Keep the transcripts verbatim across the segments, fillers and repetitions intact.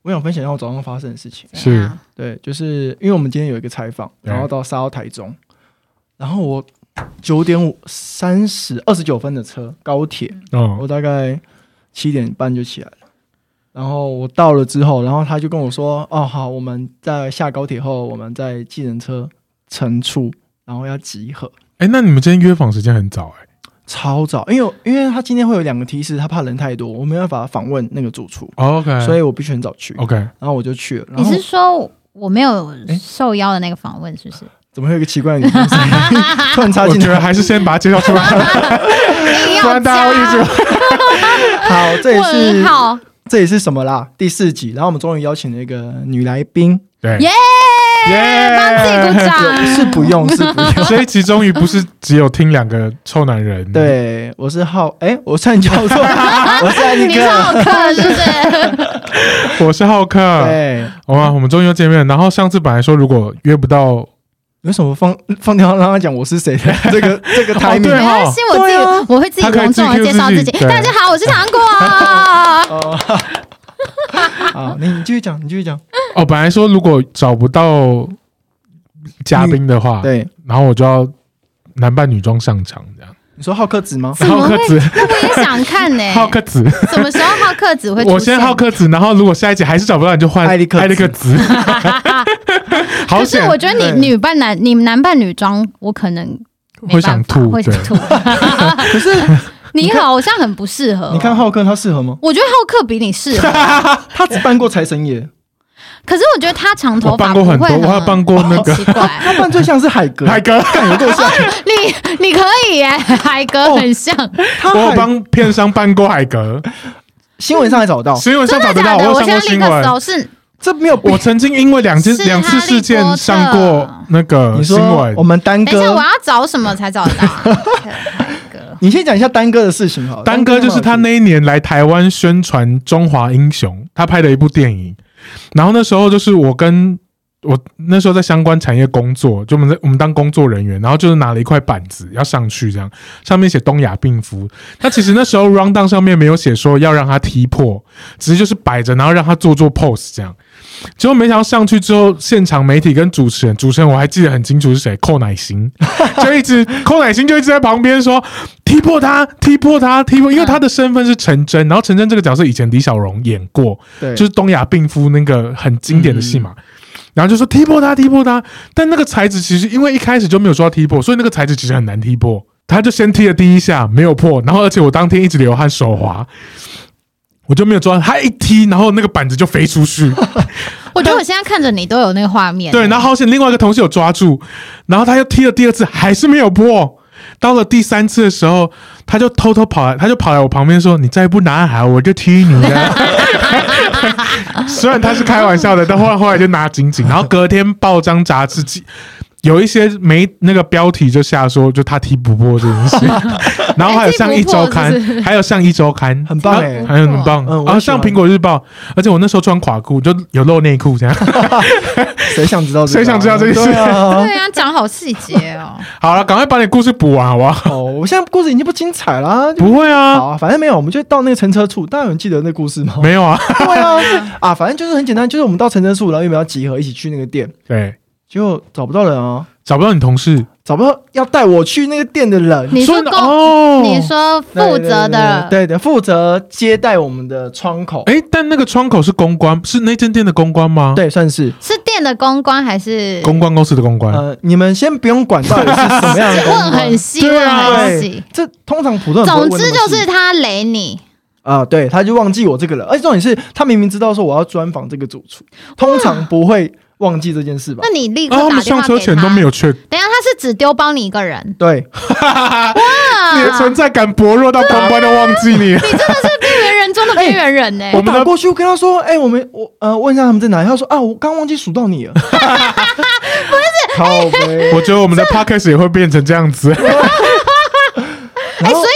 我想分享一下我早上发生的事情。 是， 对，就是因为我们今天有一个采访，然后到杀到台中，然后我九点五三十二十九分的车高铁，哦，我大概七点半就起来了。然后我到了之后，然后他就跟我说：“哦，好，我们在下高铁后，我们在计程车乘处，然后要集合。” 哎，那你们今天约访时间很早哎、欸， 超早，因为因为他今天会有两个提示，他怕人太多，我没办法访问那个主厨、 oh, ，OK， 所以我必须很早去 ，OK， 然后我就去了。 你是说我没有受邀的那个访问，是不是？ 怎么会有一个奇怪的女生突然插进来？ 我觉得还是先把它介绍出来，不然大家会一直好，这也是这也是什么啦？第四集，然后我们终于邀请了一个女来宾， 对， 耶、耶，帮自己鼓掌， 是不用，是不用。 这一集终于不是只有听两个臭男人。 对，我是浩，哎，我差点叫错，我是安妮克， 你是浩克是不是？ 我是浩克。 对， 好吧，我们终于又见面了。然后上次本来说如果约不到。 为什么放放掉让他讲我是谁的这个这个台名？ 没关系，我自己、啊、我会自己隆重的介绍自己。大家好，我是糖果。 哦，好，你你继续讲，你继续讲。 哦，本来说如果找不到嘉宾的话， 对， 然后我就要男扮女装上场这样。 你说浩克子吗？ 浩克子， 那我也想看呢、欸。 浩克子， 什么时候浩克子会出现？ 我先浩克子，然后如果下一集还是找不到，你就换艾利克艾利克子。 可是我觉得你女扮男，你男扮女装，我可能会想吐， 会吐。 可是你好像很不适合、哦。 你看浩克他适合吗？ 我觉得浩克比你适合， 他只扮过财神爷。 可是我觉得他长头发， 我扮过很多，我还扮过那个， 奇怪， 他扮最像是海格， 海格有够像。 你你可以耶，海格很像。 我有帮片商扮过海格， 新闻上还找到， 新闻上找得到，我有上过新闻。 是这没有， 我曾经因为两件两次事件上过那个新闻。 我们丹哥， 等一下我要找什么才找得到？ 你先讲一下丹哥的事情好了。 丹哥就是他那一年来台湾宣传中华英雄，他拍的一部电影。然后那时候就是我跟我那时候在相关产业工作，就我们在我们当工作人员，然后就是拿了一块板子要上去，这样上面写东亚病夫。那其实那时候 round down 上面没有写说要让他踢破，只是就是摆着，然后让他做做 pose 这样。结果没想到上去之后，现场媒体跟主持人，主持人我还记得很清楚是谁，寇乃馨，就一直寇乃馨就一直在旁边说踢破他，踢破他，踢破，因为他的身份是陈真，然后陈真这个角色以前李小龙演过，就是东亚病夫那个很经典的戏嘛。嗯，然后就说踢破它，踢破它，但那个材质其实因为一开始就没有说要踢破，所以那个材质其实很难踢破。他就先踢了第一下没有破，然后而且我当天一直流汗手滑，我就没有抓他一踢，然后那个板子就飞出去。 我觉得我现在看着你都有那个画面。 对，然后好险另外一个同事有抓住，然后他又踢了第二次还是没有破。到了第三次的时候，他就偷偷跑来，他就跑来我旁边说：“你再不拿好，我就踢你了。”虽然他是开玩笑的，但后来后来就拿紧紧。然后隔天报章杂志有一些没那个标题就下说，就他踢不破这件事。然后还有上一周刊，欸、还有上一周刊， 很棒哎、欸， 还有很棒。嗯、然后上苹果日报，而且我那时候穿垮裤，就有露内裤这样。 谁想知道这个、啊？ 谁想知道这件事？ 对啊，讲好细节哦。 好了，赶快把你故事补完好不好？ 哦，我现在故事已经不精彩了。 不会啊， 好啊，反正没有，我们就到那个乘车处。大家有人记得那故事吗？ 没有啊。 对啊，啊，反正就是很简单，就是我们到乘车处，然后原本要集合一起去那个店， 对， 结果找不到人啊。 找不到你同事， 找不到要带我去那个店的人。 你说哦，你说负责的， 对的，负责接待我们的窗口。 哎，但那个窗口是公关，是那间店的公关吗？ 对，算是。 是店的公关还是公关公司的公关？ 呃，你们先不用管到底是什么样的公关， 问很细，问很细。 这通常普通人总之就是他雷你。 啊、呃，对，他就忘记我这个人，而且重点是他明明知道说我要专访这个主厨，通常不会忘记这件事吧？ 那你立刻打电话给他。 啊、他们上车前都没有确。 等一下，他是只丢帮你一个人。 对， 哇， 你的存在感薄弱到公关都忘记你。 你真的是边缘人中的边缘人呢、欸。 我打过去跟他说，哎、欸，我们我呃问一下他们在哪里，他说啊，我刚忘记数到你了。 不是， 靠北， 我觉得我们的 podcast 也会变成这样子。 哎、欸，所以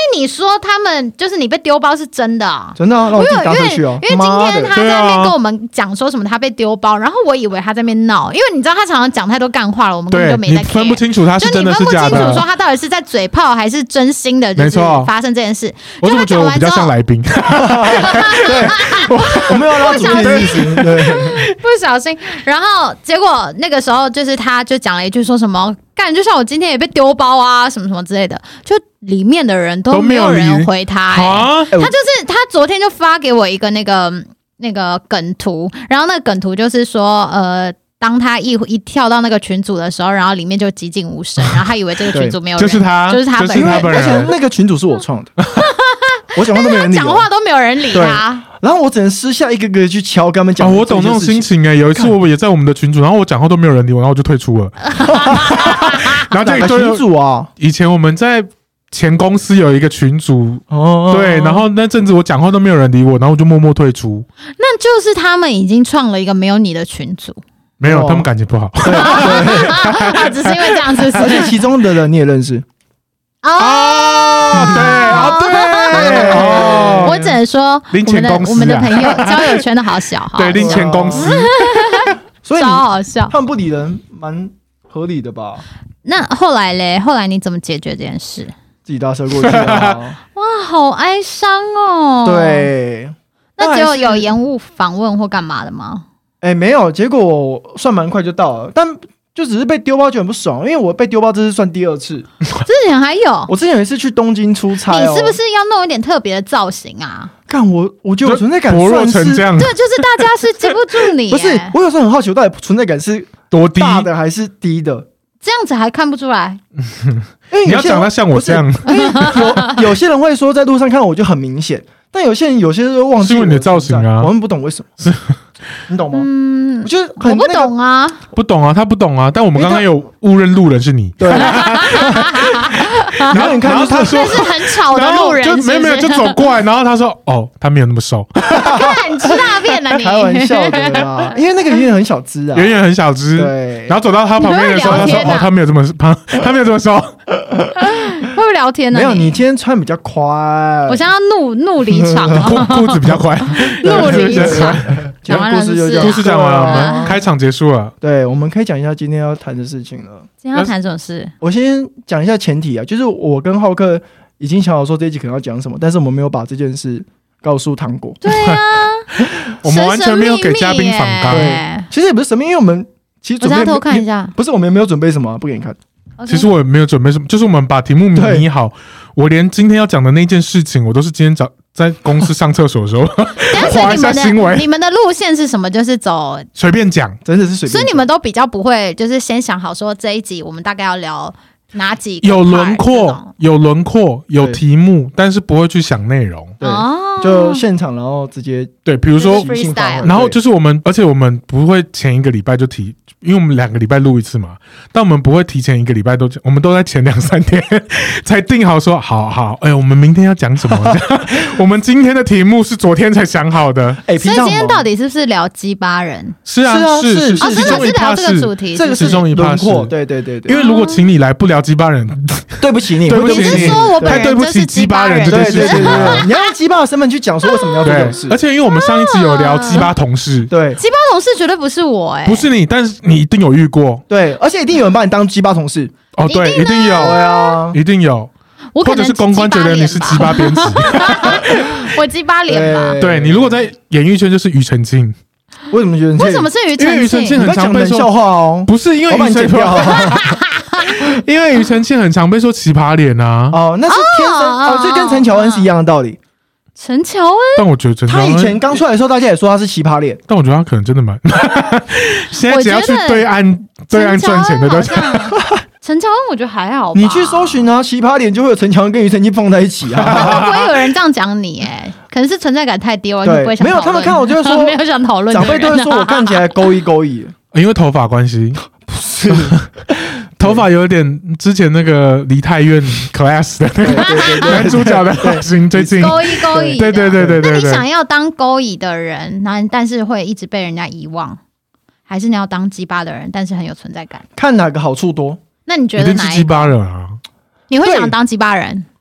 以你说他们就是你被丢包是真的啊？ 真的啊，让我自己搭车去啊。 因为今天他在那边跟我们讲说什么他被丢包，然后我以为他在那边闹，因为你知道他常常讲太多干话了，我们根本就没在 care。 你分不清楚他是真的是假的， 就你分不清楚说他到底是在嘴炮还是真心的，就是发生这件事。 我怎么觉得我比较像来宾？ 对，我没有让他主题的意思，对， 不小心。然后结果那个时候就是他就讲了一句说什么干，就像我今天也被丢包啊，什么什么之类的，就里面的人都没有人回他、欸， 啊、 他就是他昨天就发给我一个那个那个梗图，然后那个梗图就是说呃。当他一一跳到那个群组的时候，然后里面就寂静无声，然后他以为这个群组没有人， 就是他， 就是他本人， 而且那个群组是我创的，我讲话都没有人理， 讲话都没有人理他， 然后我只能私下一个个去敲，跟他们讲、 哦。我懂那种心情哎、欸，有一次我也在我们的群组，然后我讲话都没有人理我，然后我就退出了。然后就哪个群组啊？ 以前我们在前公司有一个群组，哦，对，然后那阵子我讲话都没有人理我，然后我就默默退出。 那就是他们已经创了一个没有你的群组。 没有，他们感情不好。 对对只是因为这样子， 而且其中的人你也认识。 哦， 对啊，对， 哦，我只能说， 林前公司、啊， 我们的朋友交友圈的好小， 对，林前公司， 所以超好笑， 他们不理人，蛮合理的吧？ 那后来嘞？后来你怎么解决这件事？ 自己搭车过去啊！ 哇，好哀伤哦。 对， 那只有有延误访问或干嘛的吗？ 哎、欸，没有，结果算蛮快就到了，但就只是被丢包就很不爽，因为我被丢包这是算第二次， 之前还有， 我之前有一次去东京出差、哦， 你是不是要弄一点特别的造型啊？ 看我，我觉得我存在感薄弱成这样， 对，就是大家是记不住你。 不是，我有时候很好奇，我到底存在感是多低大的还是低的？ 这样子还看不出来。 因为你要讲他像我这样， 有有些人会说在路上看我就很明显，但有些人有些人会忘记是因为你的造型啊， 我们不懂为什么。是。你懂吗？ 嗯， 我觉得、 那個、我不懂啊， 不懂啊，他不懂啊。但我们刚刚有误认路人是你， 对。然后你看， 然后他说是很吵的路人是不是， 就没有没有就走过来，然后他说：“哦，他没有那么瘦。” 看吃大便了你？ 开玩笑的啦，因为那个圆圆很小只啊， 圆圆很小只。 对。 然后走到他旁边的时候，他说：“哦，他没有这么胖，他没有这么瘦。” 会不会聊天呢？ 没有，你今天穿比较宽。 我现在要怒怒离场了， 裤裤子比较宽， 怒离场。 讲完故事就故事讲完了，我们开场结束了。 对，我们可以讲一下今天要谈的事情了。 今天要谈什么事？ 我先讲一下前提啊，就是我跟浩克已经想好说这一集可能要讲什么，但是我们没有把这件事告诉糖果。 对啊， 我们完全没有给嘉宾访纲。 对，其实也不是什么，因为我们其实准备我偷看一下， 不是我们没有准备什么、啊，不给你看。 Okay. 其实我也没有准备什么，就是我们把题目拟好，我连今天要讲的那件事情，我都是今天早在公司上厕所的时候划一下新闻。 你们的路线是什么？就是走随便讲， 真的是随便讲。 所以你们都比较不会，就是先想好说这一集我们大概要聊哪几个， 有轮廓，有轮廓，有题目，但是不会去想内容。 对，哦、就现场，然后直接对，比如说， freestyle， 然后就是我们，而且我们不会前一个礼拜就提。因为我们两个礼拜录一次嘛，但我们不会提前一个礼拜都，我们都在前两三天才定好说，好好，哎、欸，我们明天要讲什么？我们今天的题目是昨天才想好的。 哎、欸，所以今天到底是不是聊鸡巴人？ 是啊，是是是， 哦，真的是聊这个主题， 这个其中一趴是， 对对对对。 因为如果请你来不聊鸡巴人， 对不起你， 对不起你，你是说我本人对不起鸡巴人， 对对对对对，你要用鸡巴的身份去讲说为什么要做这种事。 而且因为我们上一集有聊鸡巴同事， 对， 鸡巴同事绝对不是我，哎， 不是你，但是你一定有遇过。 对，而且一定有人把你当鸡巴同事哦，对，一定有， 对啊， 一定有。 我或者是公关觉得你是鸡巴编辑， 我鸡巴脸吧？ 对，你如果在演艺圈就是庾澄庆， 为什么觉得？ 为什么是庾澄庆？ 因为庾澄庆很常被说笑话哦， 不是因为庾澄庆，因为庾澄庆很常被说奇葩脸啊。 哦，那是天生哦，这跟陈乔恩是一样的道理。 陈乔恩， 但我觉得陈乔恩他以前刚出来的时候，大家也说他是奇葩脸， 但我觉得他可能真的蛮。现在只要去对岸对岸赚钱的都是。 陈乔恩，我觉得还好吧。 你去搜寻啊，奇葩脸就会有陈乔恩跟庾澄庆放在一起啊。 会不会有人这样讲你？哎，可能是存在感太低了，你不会想没有，他们看我就会说没有想讨论， 长辈都会说我看起来勾一勾一， 因为头发关系。 不是。 头发有点之前那个梨泰院 class 的男主角的发型，最近勾一勾一， 对对对对对。 那你想要当勾引的人，那但是会一直被人家遗忘，还是你要当鸡巴的人，但是很有存在感？ 看哪个好处多？ 那你觉得哪一个？ 一定是鸡巴人啊！ 你会想当鸡巴人？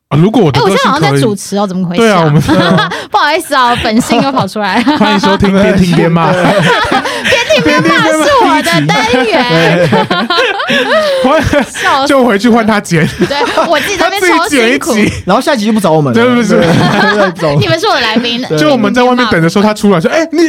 啊，如果我的哎、 个性可以， 我现在好像在主持哦，怎么回事、啊？ 对啊，我们不好意思啊，本性又跑出来。 欢迎收听边听边骂， 边听边骂是我的单元，笑死！ 就回去换他剪， 对我自己在那边超辛苦， 然后下一集就不找我们了， 对不是？ 你们是我的来宾， 就我们在外面等的时候，他出来说：“哎、欸，你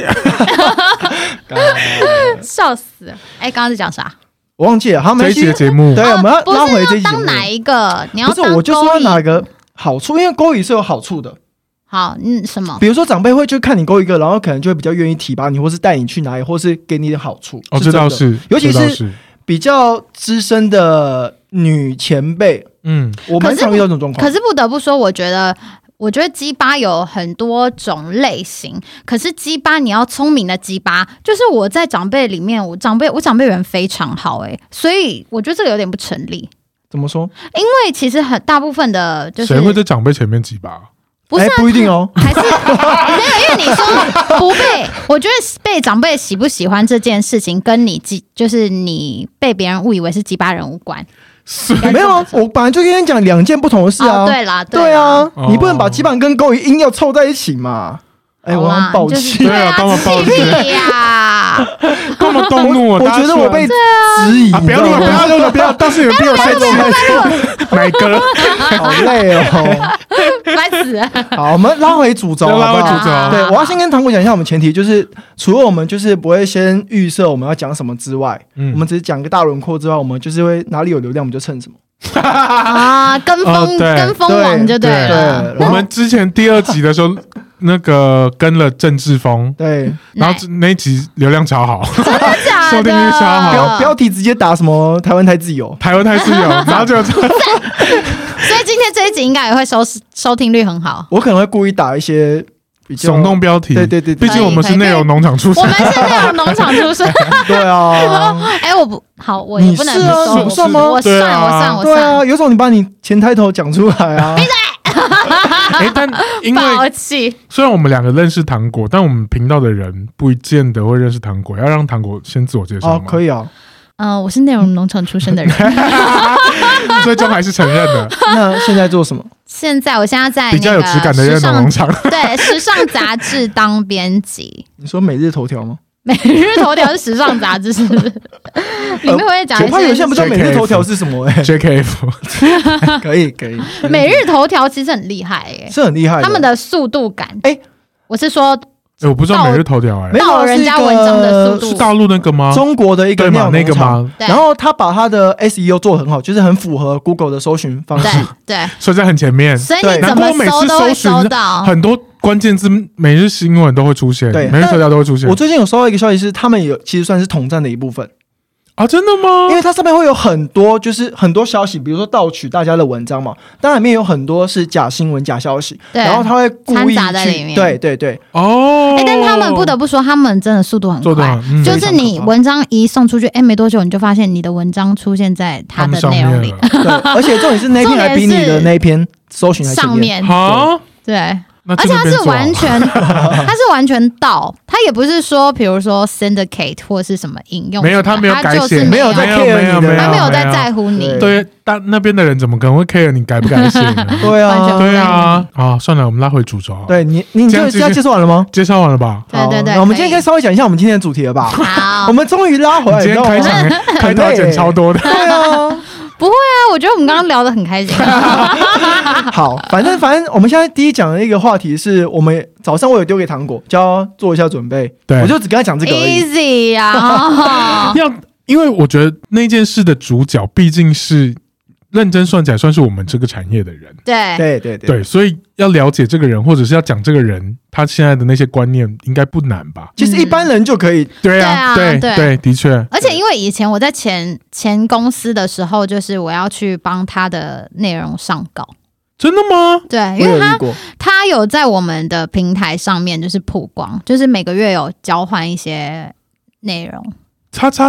笑死！哎、欸，刚刚是讲啥？ 我忘记了。好， 这一集的节目， 对，我们要拉回这一集。 当哪一个？你要不是，我就说哪个好处，因为勾引是有好处的。 好，嗯，什么？ 比如说长辈会就看你勾一个，然后可能就会比较愿意提拔你，或是带你去哪里，或是给你点好处。 哦，这倒是， 尤其是比较资深的女前辈，嗯，我蛮常遇到这种状况。 可是不得不说，我觉得。我觉得鸡巴有很多种类型，可是鸡巴你要聪明的鸡巴，就是我在长辈里面，我长辈我长辈缘非常好哎、欸，所以我觉得这个有点不成立。 怎么说？ 因为其实很大部分的，就是谁会在长辈前面鸡巴？ 不是、啊欸、不一定哦， 还是没有，因为你说不被，我觉得被长辈喜不喜欢这件事情，跟你鸡就是你被别人误以为是鸡巴人无关。 没有啊，我本来就跟你讲两件不同的事啊。 哦、对啦， 对啊， 哦、 你不能把鸡巴跟勾引硬要凑在一起嘛。哎、欸，我很抱歉， 对啊， 干嘛抱歉呀？ 干嘛动怒我？我觉得我被质疑、 啊，不要录了，不要录了，不要，到时有人比我生气。奶哥， 好累哦， 烦死了。 好，我们拉回主轴， 拉回主轴。 对，我要先跟糖果讲一下，我们前提就是，除了我们就是不会先预设我们要讲什么之外，嗯、我们只是讲个大轮廓之外，我们就是会哪里有流量我们就蹭什么。 啊，跟风、哦、跟风网就对了。 对，我们之前第二集的时候，那个跟了郑志峰， 对， 然后那一集流量超好， 真的假的？ 收听率超好， 标标题直接打什么台湾台自由， 台湾台自由，然后就所以今天这一集应该也会收收听率很好。 我可能会故意打一些耸动标题， 对对对， 毕竟我们是内容农场出身， 我们是内容农场出身， 对啊。 哎，我不好，我也不能说， 不算吗？ 我算，我算，我算。 对啊，有种你把你前抬头讲出来啊！ 闭嘴！ 哎，但因为虽然我们两个认识糖果，但我们频道的人不见得会认识糖果，要让糖果先自我介绍吗？ 哦，可以啊。 嗯、呃，我是内容农场出身的人， 最终还是承认的。 那现在做什么？ 现在我现在在比较有质感的内容农场， 对，时尚杂志当编辑。 你说每日头条吗？ 每日头条是时尚杂志，是不是？里面会讲一些。 我怕有些人不知道每日头条是什么哎、欸。 J K F 可以可以。 每日头条其实很厉害哎、欸， 是很厉害的。 他们的速度感哎、欸，我是说。 欸、我不知道每日头条哎、 欸，到人家文章的速度是大陆那个吗？ 中国的一个内容那个吗？ 然后他把他的 S E O 做得很好，就是很符合 Google 的搜寻方式， 对，对所以在很前面。 所以你怎么搜都会搜到很多关键字，每日新闻都会出现， 对， 每日头条都会出现。 我最近有收到一个消息是，他们有其实算是统战的一部分。 啊，真的吗？ 因为它上面会有很多，就是很多消息，比如说盗取大家的文章嘛，当然里面有很多是假新闻、假消息，然后他会故意掺杂在里面。 对对对， 哦， 哎、欸，但他们不得不说，他们真的速度很快， 嗯、 就是你文章一送出去，哎、欸，没多久你就发现你的文章出现在他的内容里， 对，而且重点是那篇还比你的那篇搜寻还上面， 好， 对。而且它是完全，它是完全盗，它也不是说，比如说 syndicate 或是什么引用， 没有，他没有改写， 没有在 care 你的， 他没有在在乎你。 对，但那边的人怎么可能会 care 你改不改写呢？ 对啊， 对啊，啊，算了，我们拉回主轴。 对你，你就这样介绍完了吗？ 介绍完了吧？ 对对对， 那我们今天应该稍微讲一下我们今天的主题了吧？ 好， 我们终于拉回来。 今天开场开头剪超多的， 对啊。 不会啊，我觉得我们刚刚聊得很开心。 好，反正反正我们现在第一讲的一个话题是我们早上我有丢给糖果，叫他做一下准备，对，我就只跟他讲这个而已。 Easy 啊， 要因为我觉得那件事的主角毕竟是认真算起来算是我们这个产业的人， 对对对对，所以要了解这个人，或者是要讲这个人他现在的那些观念，应该不难吧？ 其实一般人就可以， 对啊，对对对，的确。 而且因为以前我在前前公司的时候，就是我要去帮他的内容上稿。 真的吗？ 对，因为他他有在我们的平台上面就是曝光，就是每个月有交换一些内容。 叉叉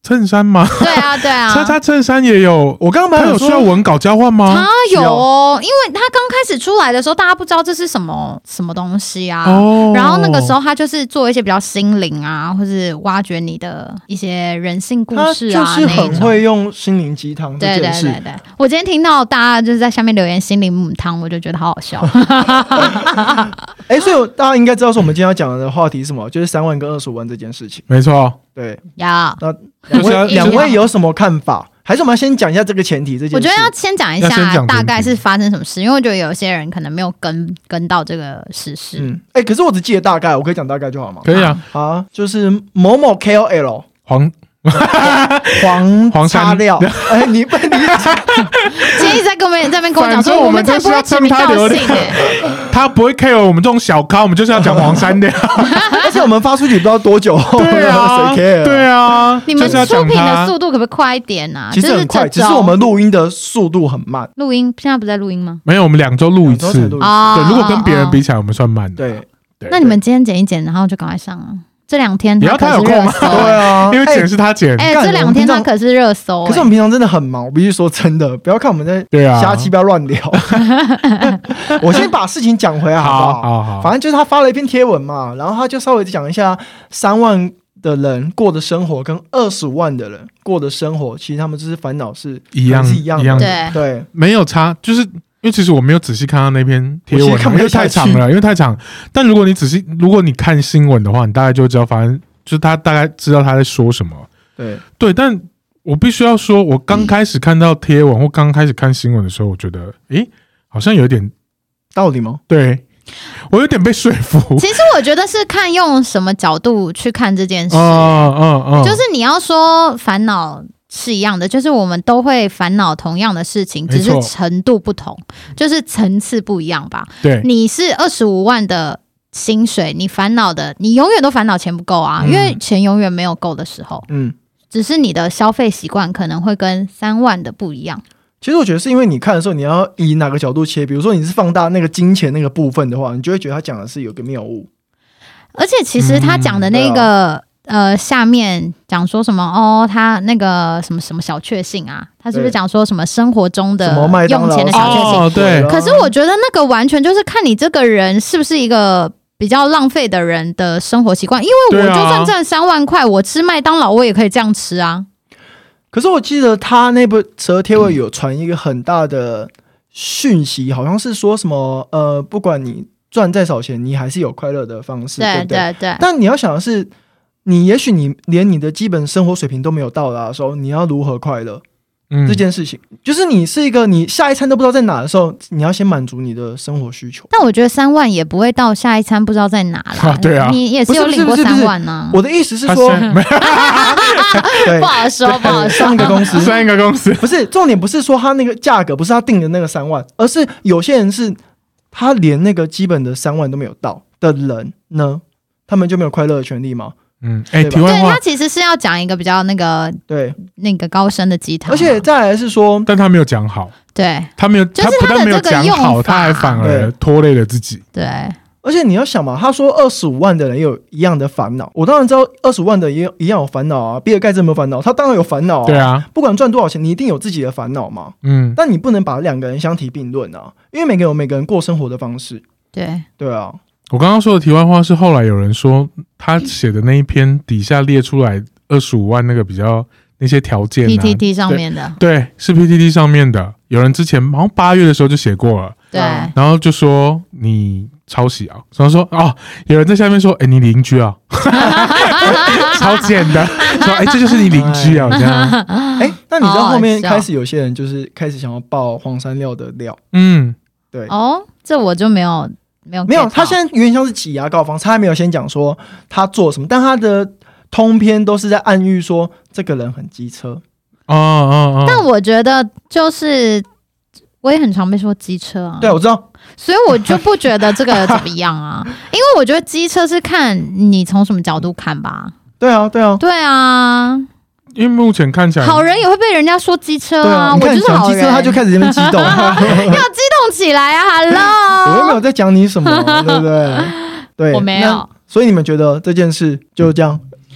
衬衫吗？ 对啊，对啊， 叉叉衬衫也有。 我刚刚他有需要文稿交换吗？ 他有哦，因为他刚开始出来的时候，大家不知道这是什么什么东西啊。 哦。 然后那个时候他就是做一些比较心灵啊，或是挖掘你的一些人性故事啊， 他就是很会用心灵鸡汤这件事。 对对对对，我今天听到大家就是在下面留言心灵母汤，我就觉得好好笑。 哎，所以大家应该知道说我们今天要讲的话题是什么，就是三万跟二十五万这件事情。 没错。 对， 要那两位两位有什么看法？还是我们要先讲一下这个前提？这件事我觉得要先讲一下大概是发生什么事，因为我觉得有些人可能没有跟跟到这个时事。 嗯，哎、欸，可是我只记得大概，我可以讲大概就好吗？ 可以啊。 好，就是某某 K O L 黄黄黄叉料。哎、欸，你不你今天一直在跟我们在那边跟我讲说，我们才不会指名道姓哎。 他不会 care 我们这种小咖，我们就是要讲黄山料。 而且我们发出去不知道多久后， 对啊， 谁 care？ 对啊， 你们出品的速度可不可以快一点啊？ 其实很快，只是我们录音的速度很慢。 录音现在不在录音吗？ 没有，我们两周录一次。 哦， 对，如果跟别人比起来，我们算慢的。 对， 那你们今天剪一剪，然后就赶快上啊。这两天他可是热搜， 对啊， 因为剪是他剪。 哎、欸，这两天他可是热搜、欸。 可是我们平常真的很忙，我必须说真的，不要看我们在瞎七不要乱聊。我先把事情讲回来好不好？ 好好好。 反正就是他发了一篇贴文嘛，然后他就稍微讲一下三万的人过的生活跟二十五万的人过的生活，其实他们就是烦恼是一样是一样的， 一样的， 对， 没有差，就是。因为其实我没有仔细看到那篇贴文， 因为太长了，因为太长。但如果你仔细，如果你看新闻的话，你大概就会知道，反正就是他大概知道他在说什么。 对对，但我必须要说，我刚开始看到贴文、嗯、或刚开始看新闻的时候，我觉得，诶，好像有一点道理吗？ 对，我有点被说服。 其实我觉得是看用什么角度去看这件事。 嗯嗯嗯， 就是你要说烦恼。是一样的，就是我们都会烦恼同样的事情，只是程度不同，就是层次不一样吧。 对， 你是二十五万的薪水，你烦恼的，你永远都烦恼钱不够啊、嗯，因为钱永远没有够的时候。嗯，只是你的消费习惯可能会跟三万的不一样。 其实我觉得是因为你看的时候，你要以哪个角度切，比如说你是放大那个金钱那个部分的话，你就会觉得他讲的是有个谬误。 而且其实他讲的那个。嗯呃，下面讲说什么哦？他那个什么什么小确幸啊？他是不是讲说什么生活中的用钱的小确幸？ 哦、对。 可是我觉得那个完全就是看你这个人是不是一个比较浪费的人的生活习惯。因为我就算挣三万块，我吃麦当劳我也可以这样吃啊。 可是我记得他那部蛇贴文有传一个很大的讯息，好像是说什么呃，不管你赚再少钱，你还是有快乐的方式，对不对？ 对对对。 但你要想的是。你也许你连你的基本生活水平都没有到达的时候，你要如何快乐？嗯，这件事情就是你是一个你下一餐都不知道在哪的时候，你要先满足你的生活需求。 但我觉得三万也不会到下一餐不知道在哪啦、 啊。对啊， 你也是有领过三万呢、啊。 我的意思是说， 对，不好说，不好说。 上一个公司， 上一个公司不是重点，不是说他那个价格，不是他定的那个三万，而是有些人是他连那个基本的三万都没有到的人呢，他们就没有快乐的权利吗？ 嗯，哎、欸，题外话， 对他其实是要讲一个比较那个对那个高深的鸡汤， 而且再来是说， 但他没有讲好， 对， 他没有， 就是他不但没有讲好，他还反而拖累了自己。 对， 而且你要想嘛，他说二十五万的人也有一样的烦恼，我当然知道二十五万的也有一样有烦恼啊。比尔盖茨有没有烦恼？他当然有烦恼啊。 对啊， 不管赚多少钱，你一定有自己的烦恼嘛。嗯，但你不能把两个人相提并论啊，因为每个人有每个人过生活的方式。 对， 对啊。 我刚刚说的题外话是，后来有人说他写的那一篇底下列出来二十五万那个比较那些条件、啊、 P T T 上面的， 对，对是 P T T 上面的。有人之前好像八月的时候就写过了， 对， 然后就说你抄袭啊，然后说哦，有人在下面说，哎、欸，你邻居啊，超贱的，说哎、欸，这就是你邻居啊，这样， 哎，那你知道后面开始有些人就是开始想要爆黄山料的料， 嗯， 对， 哦，这我就没有。没有没有，他现在有点像是挤牙膏方，他还没有先讲说他做什么，但他的通篇都是在暗喻说这个人很机车。 哦哦哦！ 但我觉得就是我也很常被说机车啊， 对，我知道， 所以我就不觉得这个怎么样啊，因为我觉得机车是看你从什么角度看吧。 对啊，对啊， 对啊。 因为目前看起来， 好人也会被人家说机车啊！ 啊我就是好人， 他就开始这边激动， 要激动起来啊 ！Hello， 我又没有在讲你什么，对不对？对， 我没有。 所以你们觉得这件事就这样？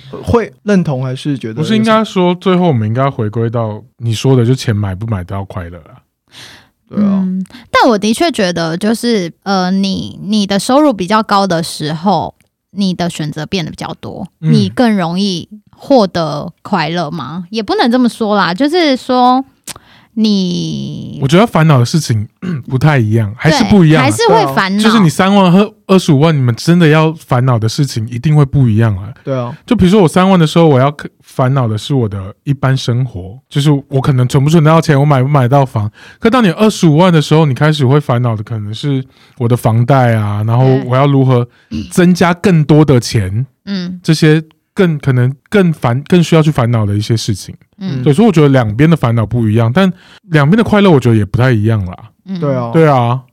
会认同还是觉得不是应该说最后我们应该回归到你说的，就钱买不买到快乐啊？ 对啊、 嗯，但我的确觉得，就是呃，你你的收入比较高的时候，你的选择变得比较多，嗯、你更容易获得快乐吗？也不能这么说啦，就是说你， 我觉得烦恼的事情不太一样，还是不一样、啊， 还是会烦恼。 就是你三万和二十五万，你们真的要烦恼的事情一定会不一样啊。 对啊， 就比如说我三万的时候，我要烦恼的是我的一般生活，就是我可能存不存得到钱，我买不买到房。可当你二十五万的时候，你开始会烦恼的可能是我的房贷啊，然后我要如何增加更多的钱，嗯，这些更可能更烦、更需要去烦恼的一些事情。嗯，对，所以我觉得两边的烦恼不一样，但两边的快乐我觉得也不太一样啦。 嗯，对啊， 对啊。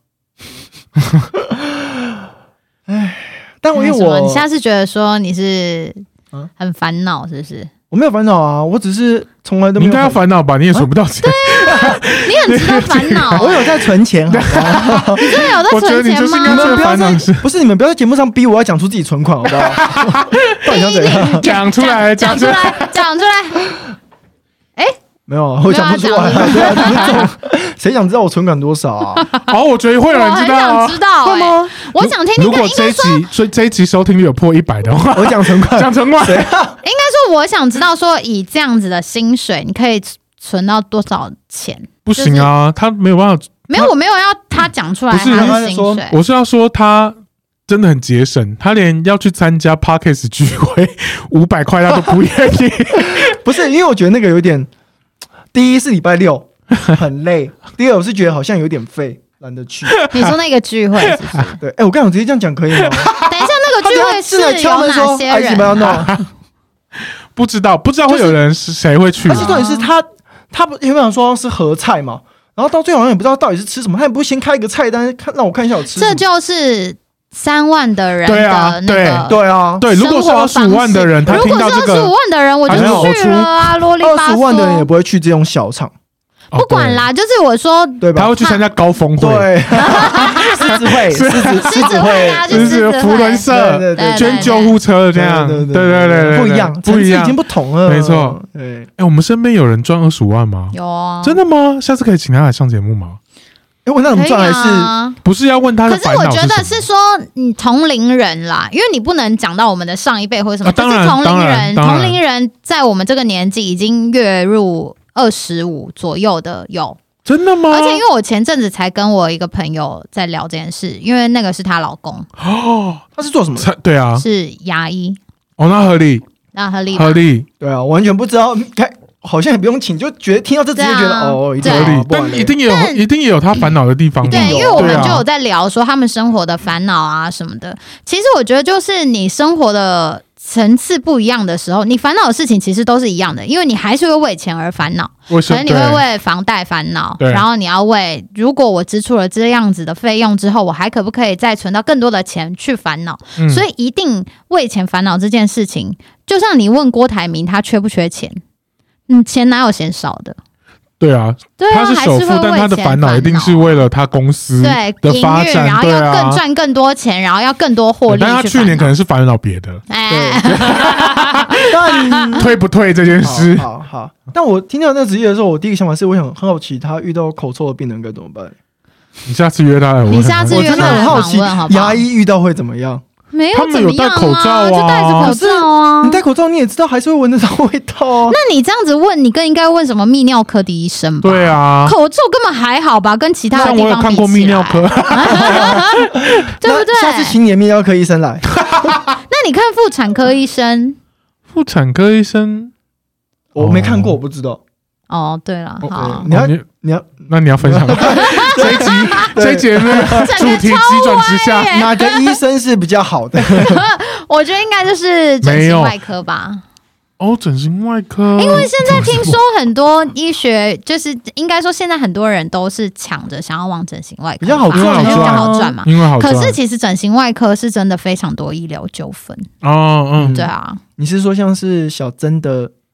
哎，但我因为我你现在是觉得说你是很烦恼，是不是？ 我没有烦恼啊，我只是从来都没有。 你应该要烦恼吧？你也存不到钱。 啊、对啊，你很值得烦恼、欸。 我有在存钱，好不好？ 你真的有在存钱吗？ 我觉得你就是应该最烦恼是， 不是你们不要在节目上逼我要讲出自己存款，好不好？到底想怎样？ 讲出来， 讲出来，讲出来。哎、欸， 没有，我讲不出来。对啊，谁想知道我存款多少啊？ 哦，我觉得会有人知道、啊， 我很想知道、欸， 会吗？ 我想听听看。 如果这一集，所以这一集收听率有破一百的话， 我讲存款， 讲存款， 谁啊？ 应该说，我想知道说，以这样子的薪水，你可以存到多少钱？ 不行啊，他没有办法。 没有，我没有要他讲出来不是他的薪水， 我是要说他真的很节省，他连要去参加 Podcast 聚会五百块他都不愿意。 不是，因为我觉得那个有点，第一是礼拜六很累，第二我是觉得好像有点废，懒得去。 你说那个聚会是不是？ 对，哎、欸，我刚想直接这样讲可以吗？ 等一下，那个聚会是有哪些人、啊？ 不知道，不知道会有人是谁会去、啊。 而且重点是他，他不原本说是合菜嘛，然后到最后好像也不知道到底是吃什么，他也不会先开一个菜单，看让我看一下我吃什么。 这就是三万的人的那个对啊，对，如果是二十五万的人，他听到这个， 如果是二十五万的人，我就去了啊，啰里吧嗦。 二十五万的人也不会去这种小场。 不管啦，就是我说， 对吧？ 他会去参加高峰会， 对，狮子会，狮子狮子会， 狮子福伦社， 对对， 捐救护车这样，对对对， 不一样，不一样，已经不同了， 没错。对，哎，我们身边有人赚二十五万吗？ 有啊， 真的吗？下次可以请他来上节目吗？ 哎，我那怎么赚？还是不是要问他的烦恼？可是我觉得是说，你同龄人啦，因为你不能讲到我们的上一辈或者什么，就是同龄人，同龄人在我们这个年纪已经跃入二十五左右的有。 真的吗？ 而且因为我前阵子才跟我一个朋友在聊这件事，因为那个是她老公哦，他是做什么？ 对啊， 是牙医。 哦，那合理， 那合理， 合理。 对啊，完全不知道，好像也不用请，就觉得听到这直接觉得、啊、哦，一定合理， 但一定有，一定也有他烦恼的地方。 对，因为我们就有在聊说他们生活的烦恼啊什么的。其实我觉得就是你生活的层次不一样的时候，你烦恼的事情其实都是一样的，因为你还是会为钱而烦恼，可能你会为房贷烦恼，然后你要为如果我支出了这样子的费用之后，我还可不可以再存到更多的钱去烦恼、嗯、所以一定为钱烦恼这件事情，就像你问郭台铭他缺不缺钱，嗯，钱哪有嫌少的？ 对啊， 对啊， 他是首富，但他的烦恼一定是为了他公司的发展， 然后要更赚更多钱，然后要更多获利。 但他去年可能是烦恼别的， 哎， 但退不退这件事， 好 好, 好。但我听到那个职业的时候，我第一个想法是，我想很好奇，他遇到口臭的病人该怎么办？ 你下次约他， 你下次约他， 我真的很好奇，牙医遇到会怎么样？ 没有， 他们有戴口罩啊， 就戴着口罩啊。 你戴口罩，你也知道还是会闻得到味道啊。 那你这样子问，你更应该问什么泌尿科的医生吧？ 对啊， 口臭根本还好吧，跟其他的地方比起来。 像我有看过泌尿科， 对不对？ 下次请你的泌尿科医生来。 那你看妇产科医生， 妇产科医生我没看过，我不知道。 哦，对了，好， 你要你要， 那你要分享吗？这一集这一节目主题急转直下， 哪个医生是比较好的？ 我觉得应该就是整形外科吧。 哦，整形外科， 因为现在听说很多医学，就是应该说现在很多人都是抢着想要往整形外科， 比较好赚， 比较好赚嘛。 因为好赚。 可是其实整形外科是真的非常多医疗纠纷。 哦，嗯， 对啊。 你是说像是小珍的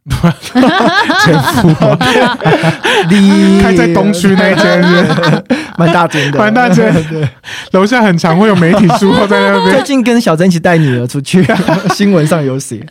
前夫开在东区那间是蛮大间的， 蛮大间，楼下很常会有媒体书后在那边。 最近跟小珍一起带女儿出去，新闻上有写。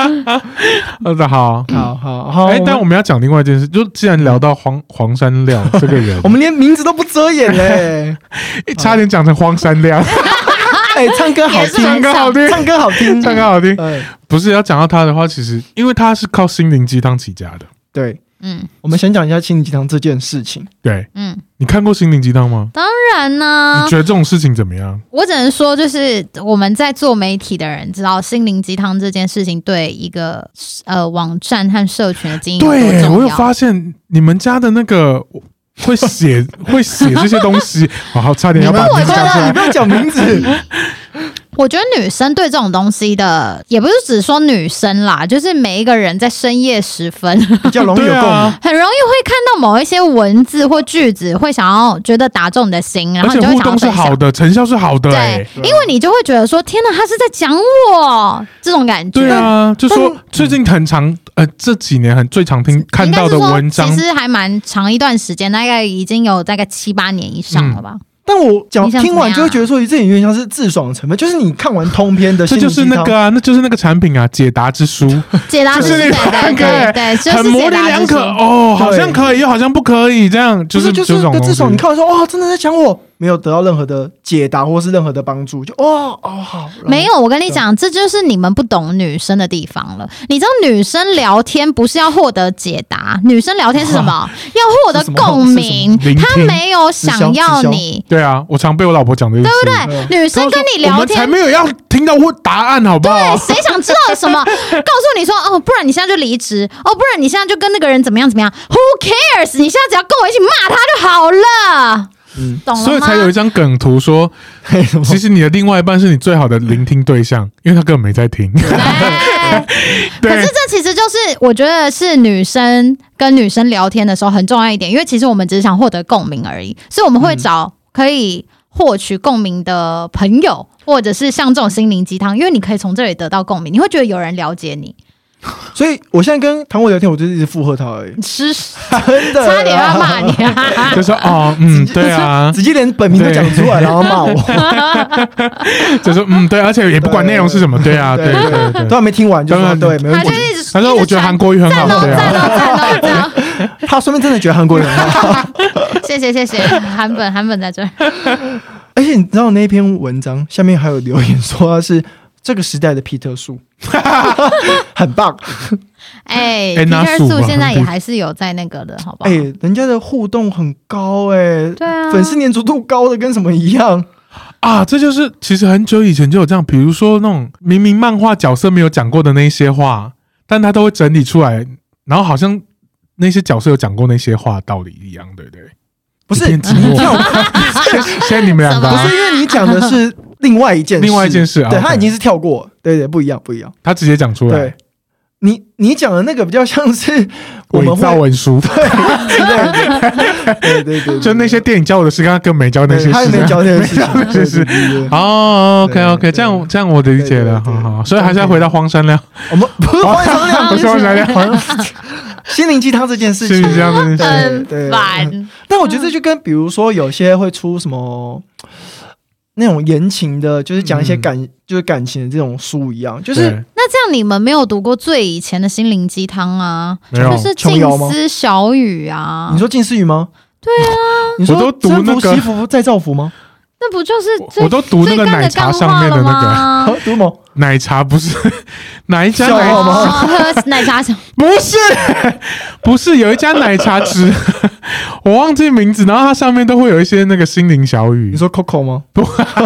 好， 好好好。 哎，但我们要讲另外一件事，就既然聊到黄黄山亮这个人， 我们连名字都不遮掩嘞， 差点讲成荒山亮。 哎、欸，唱歌好听， 唱歌好听， 唱歌好听， 唱歌好听。欸、不是要讲到他的话，其实因为他是靠心灵鸡汤起家的。 对，嗯，我们先讲一下心灵鸡汤这件事情。 对，嗯，你看过心灵鸡汤吗？ 当然呢。 你觉得这种事情怎么样？ 我只能说，就是我们在做媒体的人知道，心灵鸡汤这件事情对一个呃网站和社群的经营有多重要。 对，我有发现你们家的那个。会写会写这些东西，好，差点要把名字讲出来。 你不要讲名字。 我觉得女生对这种东西的，也不是只说女生啦，就是每一个人在深夜时分比较容易有共鸣、啊， 很容易会看到某一些文字或句子，会想要觉得打中你的心，然后你就会想要分享。 而且互动是好的，成效是好的、欸， 对，因为你就会觉得说，天哪，他是在讲我这种感觉。 对啊，就说最近很常，呃，这几年很最常听看到的文章， 其实还蛮长一段时间，大概已经有大概七八年以上了吧。嗯， 但我讲听完就会觉得说，这有点像是自爽的成分，就是你看完通篇的心灵鸡汤， 这就是那个啊，那就是那个产品啊，解答之书， 解答之书，对对对对，就是很模棱两可哦，好像可以又好像不可以，这样就是就是个自爽。你看完说，哇，真的在讲我。没有得到任何的解答或是任何的帮助，就哦哦好， 没有。我跟你讲，这就是你们不懂女生的地方了。你知道女生聊天不是要获得解答，女生聊天是什么？要获得共鸣。她没有想要你。 对啊，我常被我老婆讲的，对不对？女生跟你聊天， 我们才没有要听到答案，好不好？ 对，谁想知道什么？告诉你说哦，不然你现在就离职哦，不然你现在就跟那个人怎么样怎么样 ？Who cares？ 你现在只要跟我一起骂他就好了。嗯，懂了吗？ 所以才有一张梗图说，其实你的另外一半是你最好的聆听对象，因为他根本没在听。 对，可是这其实就是我觉得是女生跟女生聊天的时候很重要一点，因为其实我们只是想获得共鸣而已，所以我们会找可以获取共鸣的朋友，或者是像这种心灵鸡汤，因为你可以从这里得到共鸣，你会觉得有人了解你。 所以我现在跟唐伟聊天，我就一直附和他而已， 是真的， 差点要骂你啊！ 就说哦，嗯，对啊， 直接连本名都讲出来，然后骂我， 就说嗯，对，而且也不管内容是什么，对啊，对对对， 都还没听完就说对，没问题。 他说我觉得韩国语很好， 对啊， 他说明真的觉得韩国语很好， 谢谢谢谢，韩本韩本在这儿。 而且你知道那篇文章下面还有留言说他是这个时代的皮特树。很棒， 哎、欸，皮特树现在也还是有在那个的，好不好？ 哎、欸，人家的互动很高、欸，哎， 对啊， 粉丝粘着度高的跟什么一样啊！这就是其实很久以前就有这样，比如说那种明明漫画角色没有讲过的那些话，但他都会整理出来，然后好像那些角色有讲过那些话道理一样，对不对？ 不是，你跳， 现在你们两个、啊、 不是因为你讲的是另外一件事， 另外一件事啊， 对，他已经是跳过，对对，不一样，不一样， 他直接讲出来。 对，你你讲的那个比较像是我们伪造文书， 对，之类的，对对对， 就那些电影教我的事，他根本没教那些事， 他也没教那些事， 那些事。哦 ，OK OK， 这样这样我理解了，好好，所以还是要回到荒山亮。 我们不是荒山亮， 不是荒山亮。 心灵鸡汤这件事情， 心灵鸡汤这件事情很烦。 但我觉得这就跟比如说有些会出什么那种言情的，就是讲一些感、嗯、就是感情的这种书一样，就是那这样你们没有读过最以前的心灵鸡汤啊？就是静思小语啊。 你说静思语吗？ 对啊， 你说我都读那个祈福再造福吗？ 那不就是我都读那个奶茶上面的那个，读什么？ 奶茶不是哪一家奶茶吗？ 喝奶茶不是，不是有一家奶茶汁，我忘记名字，然后它上面都会有一些那个心灵小语。 你说 Coco 吗？ 不，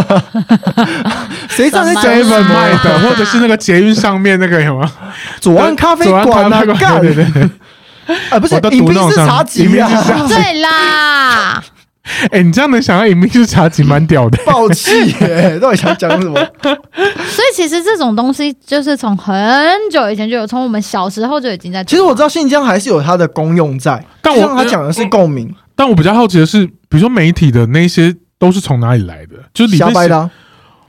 谁在那 seven 卖的，或者是那个捷运上面那个有吗？ 左岸咖啡馆啊，干对对对， 啊不是，饮冰式茶几啊， 对啦。 哎、欸，你这样能想到饮冰式茶几蛮屌的， 爆气耶！到底想讲什么？ 所以其实这种东西就是从很久以前就有，从我们小时候就已经在。 其实我知道信江还是有它的功用在，但我他讲的是共鸣。 但我比较好奇的是，比如说媒体的那些都是从哪里来的？就是里面瞎掰的、啊。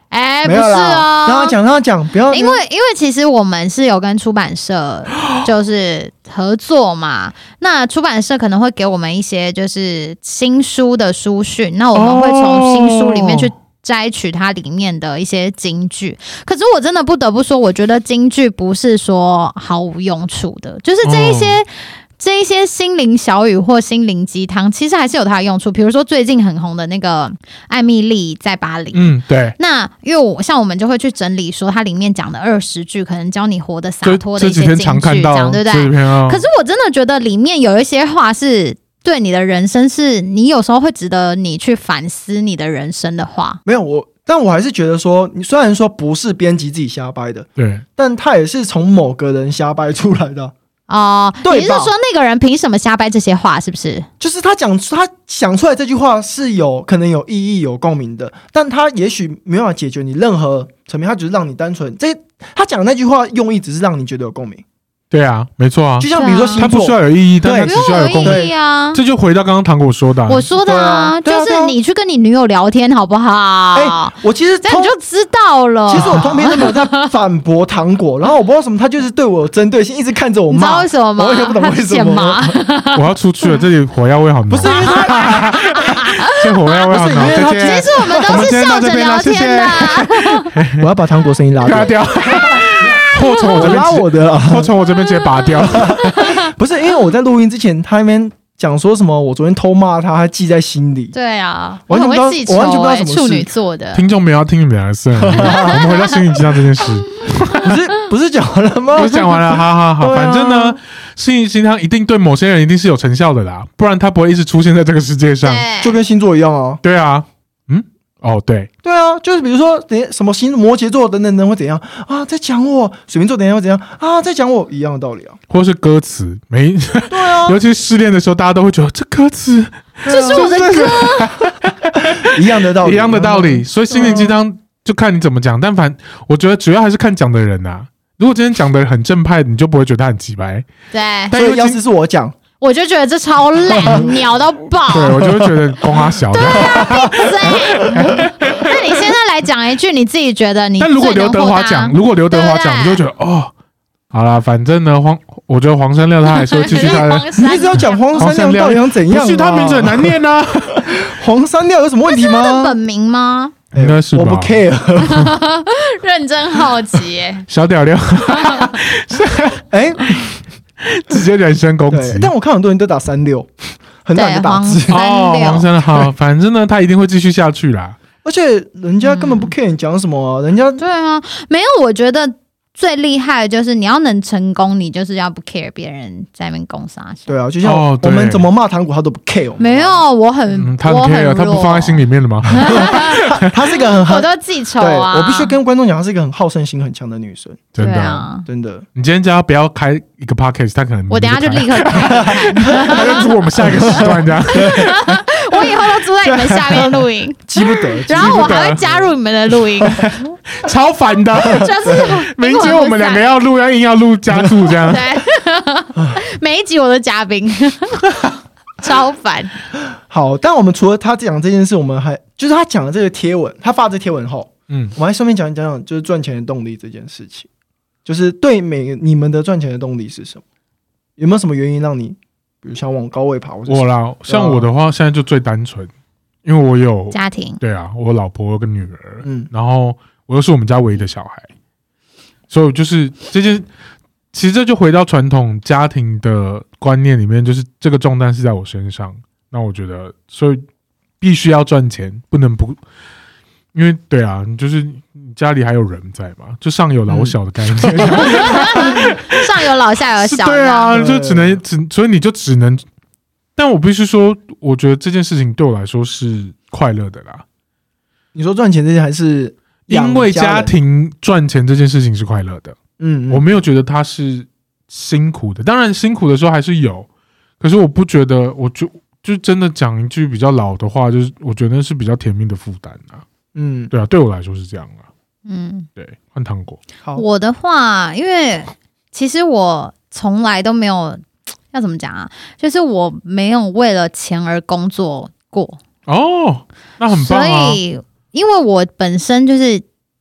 哎、欸，不是哦， 让他讲，让他讲，不要。 因为因为其实我们是有跟出版社就是合作嘛，那出版社可能会给我们一些就是新书的书讯，那我们会从新书里面去摘取它里面的一些金句。可是我真的不得不说，我觉得金句不是说毫无用处的，就是这一些。哦这一些心灵小语或心灵鸡汤，其实还是有它的用处。比如说最近很红的那个艾蜜莉在巴黎， 嗯，对。 那因为我像我们就会去整理说，它里面讲的二十句，可能教你活得洒脱的一些金句，这样对不对？ 哦、 可是我真的觉得里面有一些话是对你的人生，是你有时候会值得你去反思你的人生的话。 没有我。但我还是觉得说，你虽然说不是编辑自己瞎掰的， 对， 但他也是从某个人瞎掰出来的。 哦，你是说那个人凭什么瞎掰这些话？是不是？ 就是他讲他想出来这句话是有可能有意义、有共鸣的，但他也许没办法解决你任何层面，他只是让你单纯这他讲的那句话用意只是让你觉得有共鸣。 对啊，没错啊， 就像比如说星座， 它不需要有意义，但它只需要有共鸣啊。 这就回到刚刚糖果说的、啊， 我说的啊，就是你去跟你女友聊天好不好？ 哎、欸，我其实这样你就知道了。 其实我通篇都没有在反驳糖果，然后我不知道什么，他就是对我有针对性，一直看着我骂。 你知道为什么吗？ 我也不懂为什么。 我要出去了，这里火药味好浓。 不是因为他， 这火药味好浓。 其实我们都是笑着聊天的。 我要把糖果声音拉掉。 或从我这边拉我的， 或从我这边直接拔掉。 不是因为我在录音之前，他那边讲说什么，我昨天偷骂他，他记在心里。 对啊， 我很会记仇、欸， 我完全不知道什么事。 处女座的听众没有要听你们两个事，我们回到心灵鸡汤这件事。 不是不是讲完了吗？ 不是讲完了，好好好，啊、反正呢，心灵鸡汤一定对某些人一定是有成效的啦，不然他不会一直出现在这个世界上。 就跟星座一样啊。 对啊。哦，对， 对啊，就是比如说，等什么星摩羯座等等等会怎样啊，在讲我；水瓶座等一下会怎样啊，在讲我，一样的道理啊。 或是歌词，没对啊， 尤其失恋的时候，大家都会觉得这歌词， 这是我的歌， 一样的道理， 一样的道理。所以心灵鸡汤就看你怎么讲，但反我觉得主要还是看讲的人啊。如果今天讲的很正派，你就不会觉得他很鸡掰。 对， 但所以要是是我讲。 我就觉得这超烂，鸟到爆。 对，我就会觉得公阿小的。 对啊，闭嘴。那你现在来讲一句你自己觉得你最能获得， 但如果刘德华讲，如果刘德华讲，你就会觉得哦，好啦，反正呢，黄，我觉得黄山料他还是会继续他的。 你一直要讲黄山料到底想怎样、啊？ 不是他名字很难念啊。 黄山料有什么问题吗？ 那是他的本名吗？ 应该是吧， 我不 care。 认真好奇耶， 小屌料。 哎。 直接人身攻击， 但我看很多人都打三六，很少人打字哦。黄山好，反正呢，他一定会继续下去啦。 而且人家根本不 care 你讲什么、啊，人家对啊，没有，我觉得最厉害的就是你要能成功，你就是要不 care 别人在那边攻杀。 对啊，就像我们怎么骂糖果，他都不 care。 没有，我很， 嗯、他很 care，他不放在心里面的吗？ 他是一个很， 我都记仇啊。 我必须跟观众讲，她是一个很好胜心很强的女生。 真的， 啊、 真的。 你今天叫他不要开一个 podcast， 他可能我等一下就立刻开， 他就租我们下一个时段这样。 我以后都租在你们下面录音， 急不得。 然后我还会加入你们的录音， 超烦的。 就是明天我们两个要录，要硬要录加注这样。 对，每一集我都嘉宾。超烦。 好，但我们除了他讲这件事，我们还就是他讲的这个贴文，他发这贴文后，嗯，我们还顺便讲一讲，就是赚钱的动力这件事情，就是对每你们的赚钱的动力是什么？有没有什么原因让你，比如想往高位爬？ 我啦，像我的话，现在就最单纯，因为我有家庭， 对啊，我老婆有个女儿，嗯，然后我又是我们家唯一的小孩，所以就是这件。其实这就回到传统家庭的观念里面，就是这个重担是在我身上。那我觉得，所以必须要赚钱，不能不，因为对啊，就是你家里还有人在嘛，就上有老小的概念， 嗯、上有老下有小， 对啊，就只能只，所以你就只能。但我必须说，我觉得这件事情对我来说是快乐的啦。 你说赚钱这件还是因为家庭赚钱这件事情是快乐的。嗯, 嗯，我没有觉得他是辛苦的，当然辛苦的时候还是有，可是我不觉得，我就就真的讲一句比较老的话，就是我觉得是比较甜蜜的负担啊。嗯，对啊，对我来说是这样啊。嗯，对，换糖果。 好，我的话，因为其实我从来都没有要怎么讲啊，就是我没有为了钱而工作过。 哦，那很棒啊。 所以，因为我本身就是。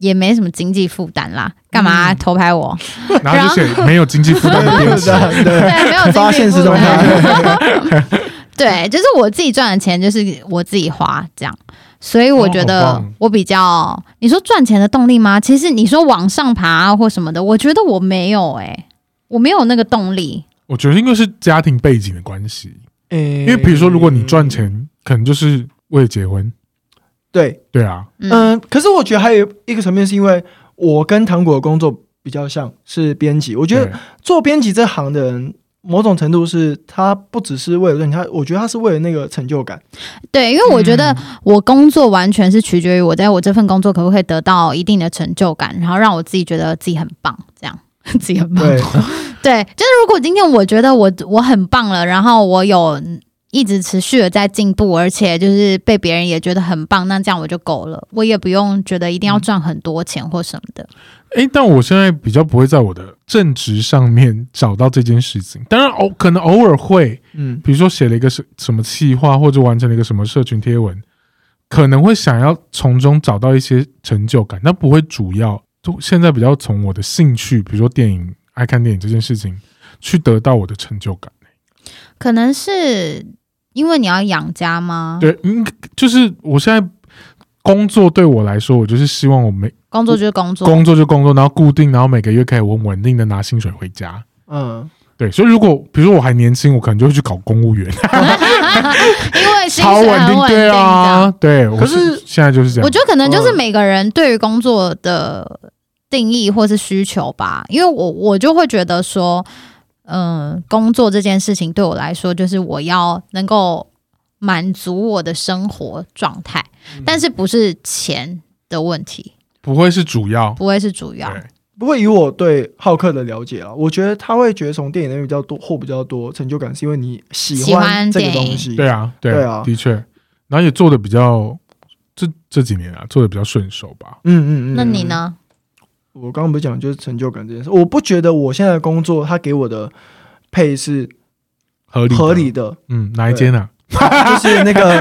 也没什么经济负担啦，干嘛偷拍我？ 嗯、然后就写没有经济负担的编辑， 对，没有发现实动态。 对，就是我自己赚的钱，就是我自己花这样。所以我觉得我比较，哦、你说赚钱的动力吗？其实你说往上爬、啊、或什么的，我觉得我没有哎、欸，我没有那个动力。 我觉得应该是家庭背景的关系， 欸、 因为比如说，如果你赚钱，可能就是为了结婚。 对对啊， 嗯、呃，可是我觉得还有一个层面，是因为我跟糖果的工作比较像是编辑，我觉得做编辑这行的人。某种程度是他不只是为了赚钱，他我觉得他是为了那个成就感。 对，因为我觉得我工作完全是取决于我在我这份工作可不可以得到一定的成就感，然后让我自己觉得自己很棒，这样自己很棒。对，对，就是如果今天我觉得我我很棒了，然后我有一直持续的在进步，而且就是被别人也觉得很棒，那这样我就够了，我也不用觉得一定要赚很多钱或什么的。 哎，但我现在比较不会在我的正职上面找到这件事情，当然偶可能偶尔会，嗯，比如说写了一个什什么企划，或者完成了一个什么社群贴文，可能会想要从中找到一些成就感，但不会主要。就现在比较从我的兴趣，比如说电影，爱看电影这件事情，去得到我的成就感。 可能是因为你要养家吗？ 对，嗯，就是我现在工作对我来说，我就是希望我每工作就是工作， 工作就工作，然后固定，然后每个月可以稳稳定的拿薪水回家。嗯，对，所以如果比如说我还年轻，我可能就会去搞公务员， 因为薪水超稳定，对啊，对。 可是现在就是这样， 我觉得可能就是每个人对于工作的定义或是需求吧，因为我我就会觉得说，嗯、呃，工作这件事情对我来说，就是我要能够满足我的生活状态，嗯、但是不是钱的问题。 不会是主要， 不会是主要。 不过以我对浩克的了解啊，我觉得他会觉得从电影那边比较多获比较多成就感，是因为你喜欢这个东西。 对啊，对啊，的确，然后也做的比较这这几年啊，做的比较顺手吧。 嗯嗯嗯。 那你呢？ 我刚刚不是讲就是成就感这件事，我不觉得我现在的工作他给我的配是合理合理的。 嗯，哪一间啊？ 就是那个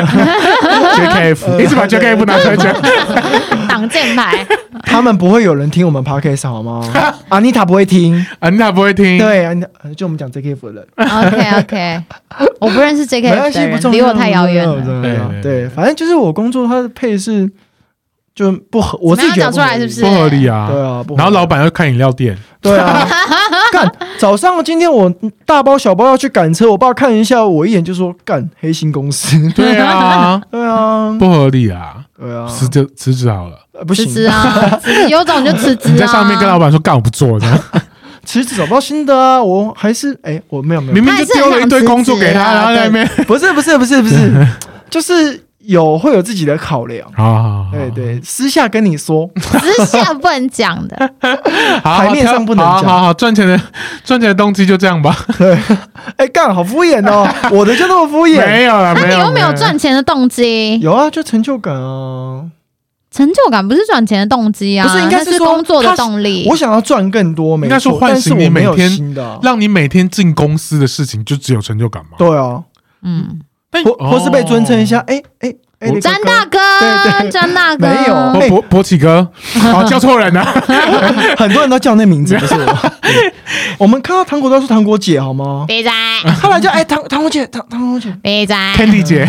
J K F， 一直把 J K F 拿出来讲， 挡箭牌。 他们不会有人听我们 podcast 好吗？阿妮塔不会听， 阿妮塔不会听， 对，就我们讲 J K F 的人。 OK OK， 我不认识 J K F 的人，离我太遥远了。 对对，反正就是我工作它的配是就不合，我自己觉得讲出来是不是不合理啊？ 对啊， 然后老板要开饮料店， 对啊，干早上今天我大包小包要去赶车，我爸看一下我一眼就说干黑心公司， 对啊， 对啊， 不合理啊， 对啊， 辞职辞职好了， 不行， 辞职啊，辞职有种就辞职啊， 你在上面跟老板说干我不做这样。 辞职找不到新的啊，我还是哎、欸，我没有没有， 明明就丢了一堆工作给他，然后在那边不是不是不是不是，就是有会有自己的考量啊， 对对，私下跟你说， 私下不能讲的， 台面上不能讲， 好好好，赚钱的赚钱的动机就这样吧。 对，哎干好敷衍哦，我的就那么敷衍， 没有啦，没有， 那你又没有赚钱的动机， 有啊，就成就感啊。 成就感不是赚钱的动机啊， 不是应该是工作的动力。 我想要赚更多， 应该说唤醒你每天，让你每天进公司的事情就只有成就感吗？ 对啊， 嗯， 或或是被尊称一下，哎哎哎， 詹大哥，詹大哥， 没有， 博博奇哥，好叫错人了， 很多人都叫那名字，不是我。我们看到糖果都说糖果姐好吗？ 别在， 后来叫哎糖糖果姐，糖糖果姐， 别在 ，Candy 姐。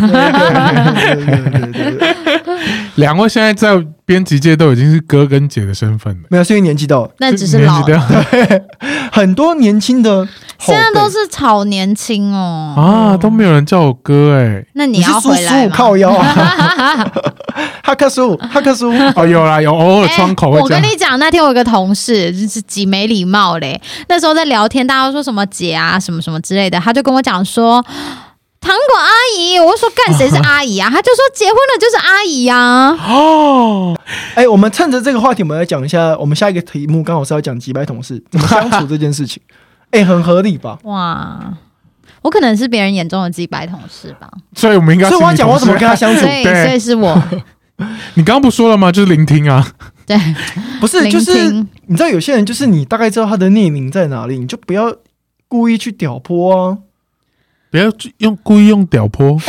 两位现在在编辑界都已经是哥跟姐的身份了， 没有，是因为年纪到了， 那只是老了。 对，很多年轻的现在都是炒年轻哦， 啊，都没有人叫我哥哎， 那你要回来吗？ 靠腰啊，哈克叔，哈克叔， 哦，有啦，有偶尔窗口会。 我跟你讲，那天我有个同事就是极没礼貌嘞，那时候在聊天，大家都说什么姐啊，什么什么之类的，他就跟我讲说。糖果阿姨，我说干谁是阿姨啊？他就说结婚了就是阿姨啊。 哦，哎、欸，我们趁着这个话题，我们来讲一下，我们下一个题目刚好是要讲几百同事怎么相处这件事情。哎、欸，很合理吧？ 哇，我可能是别人眼中的几百同事吧。 所以我们应该， 所以我要讲我怎么跟他相处。 所以，所以是我。 你刚刚不说了吗？就是聆听啊。 对， 不是，就是你知道有些人就是你大概知道他的匿名在哪里，你就不要故意去挑拨啊。 不要用故意用屌泼。我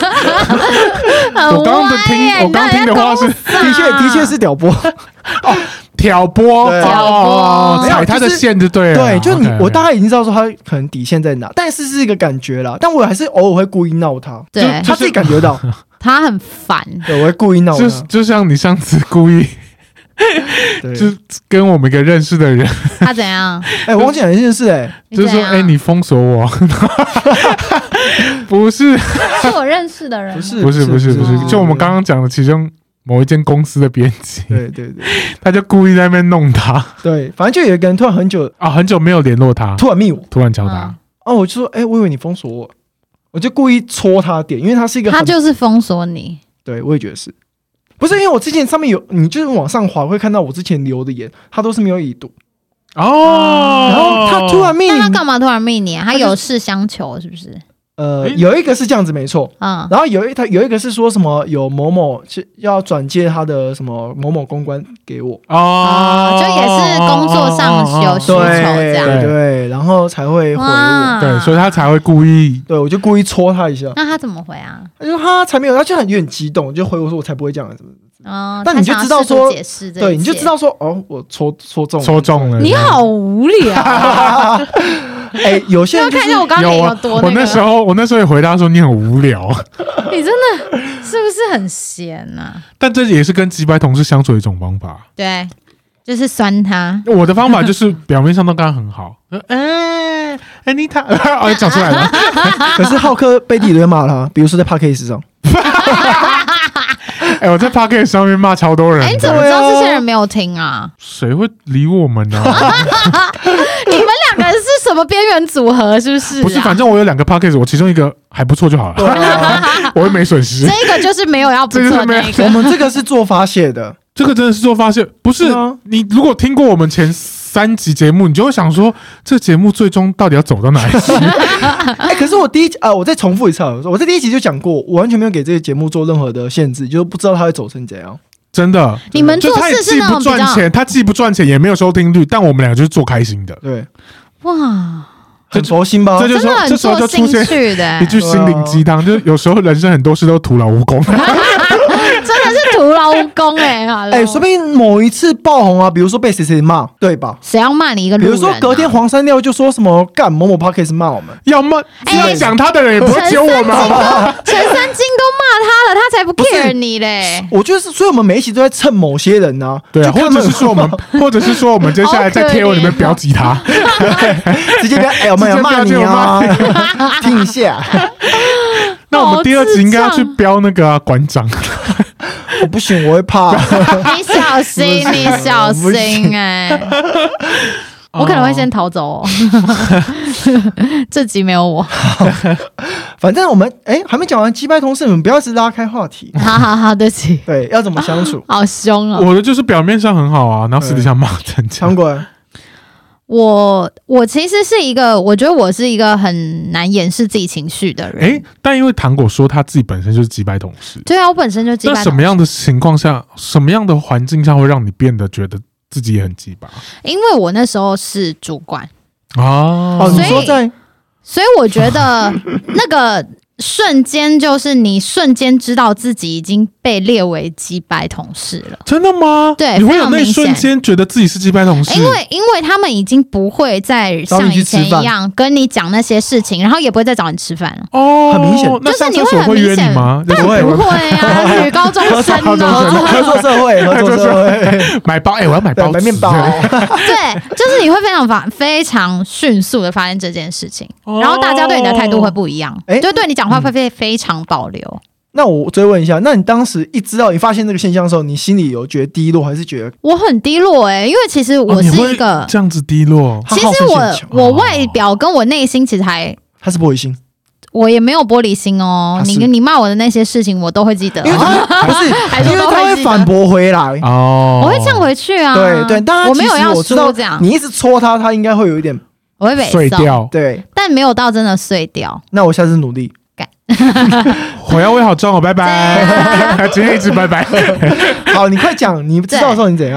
刚刚的听，我刚刚听的话是，的确的确是屌泼。哦， 挑拨， 挑拨， 踩他的线就对了。 对，就你，我大概已经知道说他可能底线在哪，但是是一个感觉啦。但我还是偶尔会故意闹他， 对， 他自己感觉到他很烦。 对，我会故意闹他， 就就像你上次故意。就跟我们一个认识的人， 他怎样？ 哎、欸，我忘记了一件事、欸，哎， 就是说，哎、欸，你封锁我，不是， 是我认识的人， 不是， 不是，不是，不是，就我们刚刚讲的其中某一间公司的编辑， 对对对， 他就故意在那边弄他， 对，反正就有一个人突然很久啊、哦，很久没有联络他， 突然密我， 突然敲他， 哦，我就说，哎、欸，我以为你封锁我，我就故意戳他点，因为他是一个， 他就是封锁你， 对我也觉得是。不是因为我之前上面有，你就是往上滑会看到我之前留的言，他都是没有已读哦。 然后他突然密， 那他干嘛突然密你、啊？他有事相求是不是？ 呃，有一个是这样子没错，嗯，然后有一他有一个是说什么有某某要转接他的什么某某公关给我哦，就也是工作上有需求这样， 对对，然后才会回我， 对，所以他才会故意， 对我就故意戳他一下。 那他怎么回啊？ 他就他才没有，他就很有点激动，就回我说我才不会这样，怎么哦， 但你就知道说， 解释对，你就知道说，哦，我戳戳中了， 戳中了， 你好无聊。 哎、欸，有些人、就是、 看见我刚刚有多、那個、 我那时候，我那时候也回答说你很无聊。 你真的是不是很闲啊？ 但这也是跟鸡掰同事相处的一种方法。 对，就是酸他。 我的方法就是表面上都跟他很好，哎哎，妮塔，哦，讲出来了。 可是浩克背地里会骂他，比如说在 Podcast 上。 哎、欸，我在 Podcast 上面骂超多人。 哎、欸，你怎么知道这些人没有听啊？ 谁会理我们呢、啊？ 你们两个人是什么边缘组合？是不是、啊？ 不是，反正我有两个 Podcast， 我其中一个还不错就好了，啊、我又没损失。 这个就是没有要不错的那一个。 我们这个是做发泄的， 这个真的是做发泄，不是、啊、你如果听过我们前三集节目，你就会想说，这节目最终到底要走到哪里去？ 哎、欸，可是我第一集啊、呃，我再重复一次，我在第一集就讲过，我完全没有给这个节目做任何的限制，就是不知道它会走成怎样。 真的， 你们做事是那种比较， 他既不赚钱，他既不赚钱，也没有收听率，但我们俩就是做开心的。 对， 哇， 很佛心吧？ 这就说，这时候就出现一句心灵鸡汤，就是有时候人生很多事都徒劳无功。 真的是徒劳无功哎、欸！ 哎，说不定某一次爆红啊，比如说被谁谁骂，对吧？ 谁要骂你一个路人、啊？ 比如说隔天黄山料就说什么干某某 podcast 骂我们， 要骂，要讲他的人也不会揪我们，好不好？ 陈三金都骂他了，他才不 care 你嘞。 我觉得是，所以我们每一集都在蹭某些人啊， 对啊，或者是说我们，或者是说我们接下来在贴文里面标记他， 直接标哎，我们要骂你啊，听一下。 那我们第二集应该要去标那个、啊、馆长。 我不行，我会怕。 你小心，你小心哎、欸！我可能会先逃走哦。这集没有我。 反正我们哎、欸、还没讲完击败同事，你们不要一直拉开话题。 好好好，对不起。 对，要怎么相处？ 好凶哦！ 我的就是表面上很好啊，然后私底下骂人家。 强果。 我我其实是一个，我觉得我是一个很难掩饰自己情绪的人。 哎，但因为糖果说他自己本身就是击败同事， 对啊，我本身就击败同事。 那什么样的情况下，什么样的环境下会让你变得觉得自己也很击败？ 因为我那时候是主管哦， 哦，你说在， 所以我觉得那个瞬间就是你瞬间知道自己已经被列为击败同事了。 真的吗？ 对， 你会有那一瞬间觉得自己是击败同事？ 因为因为他们已经不会再像以前一样跟你讲那些事情，然后也不会再找你吃饭了。 哦，很明显， 就是你会很明显吗？ 但不会啊，女高中生哦， 合作社会，合作社会买包，哎、欸，我要买包， 买面包。 对，就是你会非常发非常迅速的发现这件事情，然后大家对你的态度会不一样，哦、就对你讲话会非非常保留。 那我追问一下，那你当时一知道你发现这个现象的时候，你心里有觉得低落，还是觉得我很低落？哎、欸，因为其实我是一个、 哦、这样子低落。 其实我我外表跟我内心其实还他是玻璃心， 我也没有玻璃心哦。你你骂我的那些事情，我都会记得、哦。 因为不是，因为他会反驳回来哦， 我会呛回去啊。 对对，但我没有要说这样， 你一直戳他，他应该会有一点， 我会被碎掉。 对， 但没有到真的碎掉。 那我下次努力。 火药味好重哦，拜拜！今天一直拜拜。 好，你快讲，你知道的时候你怎样？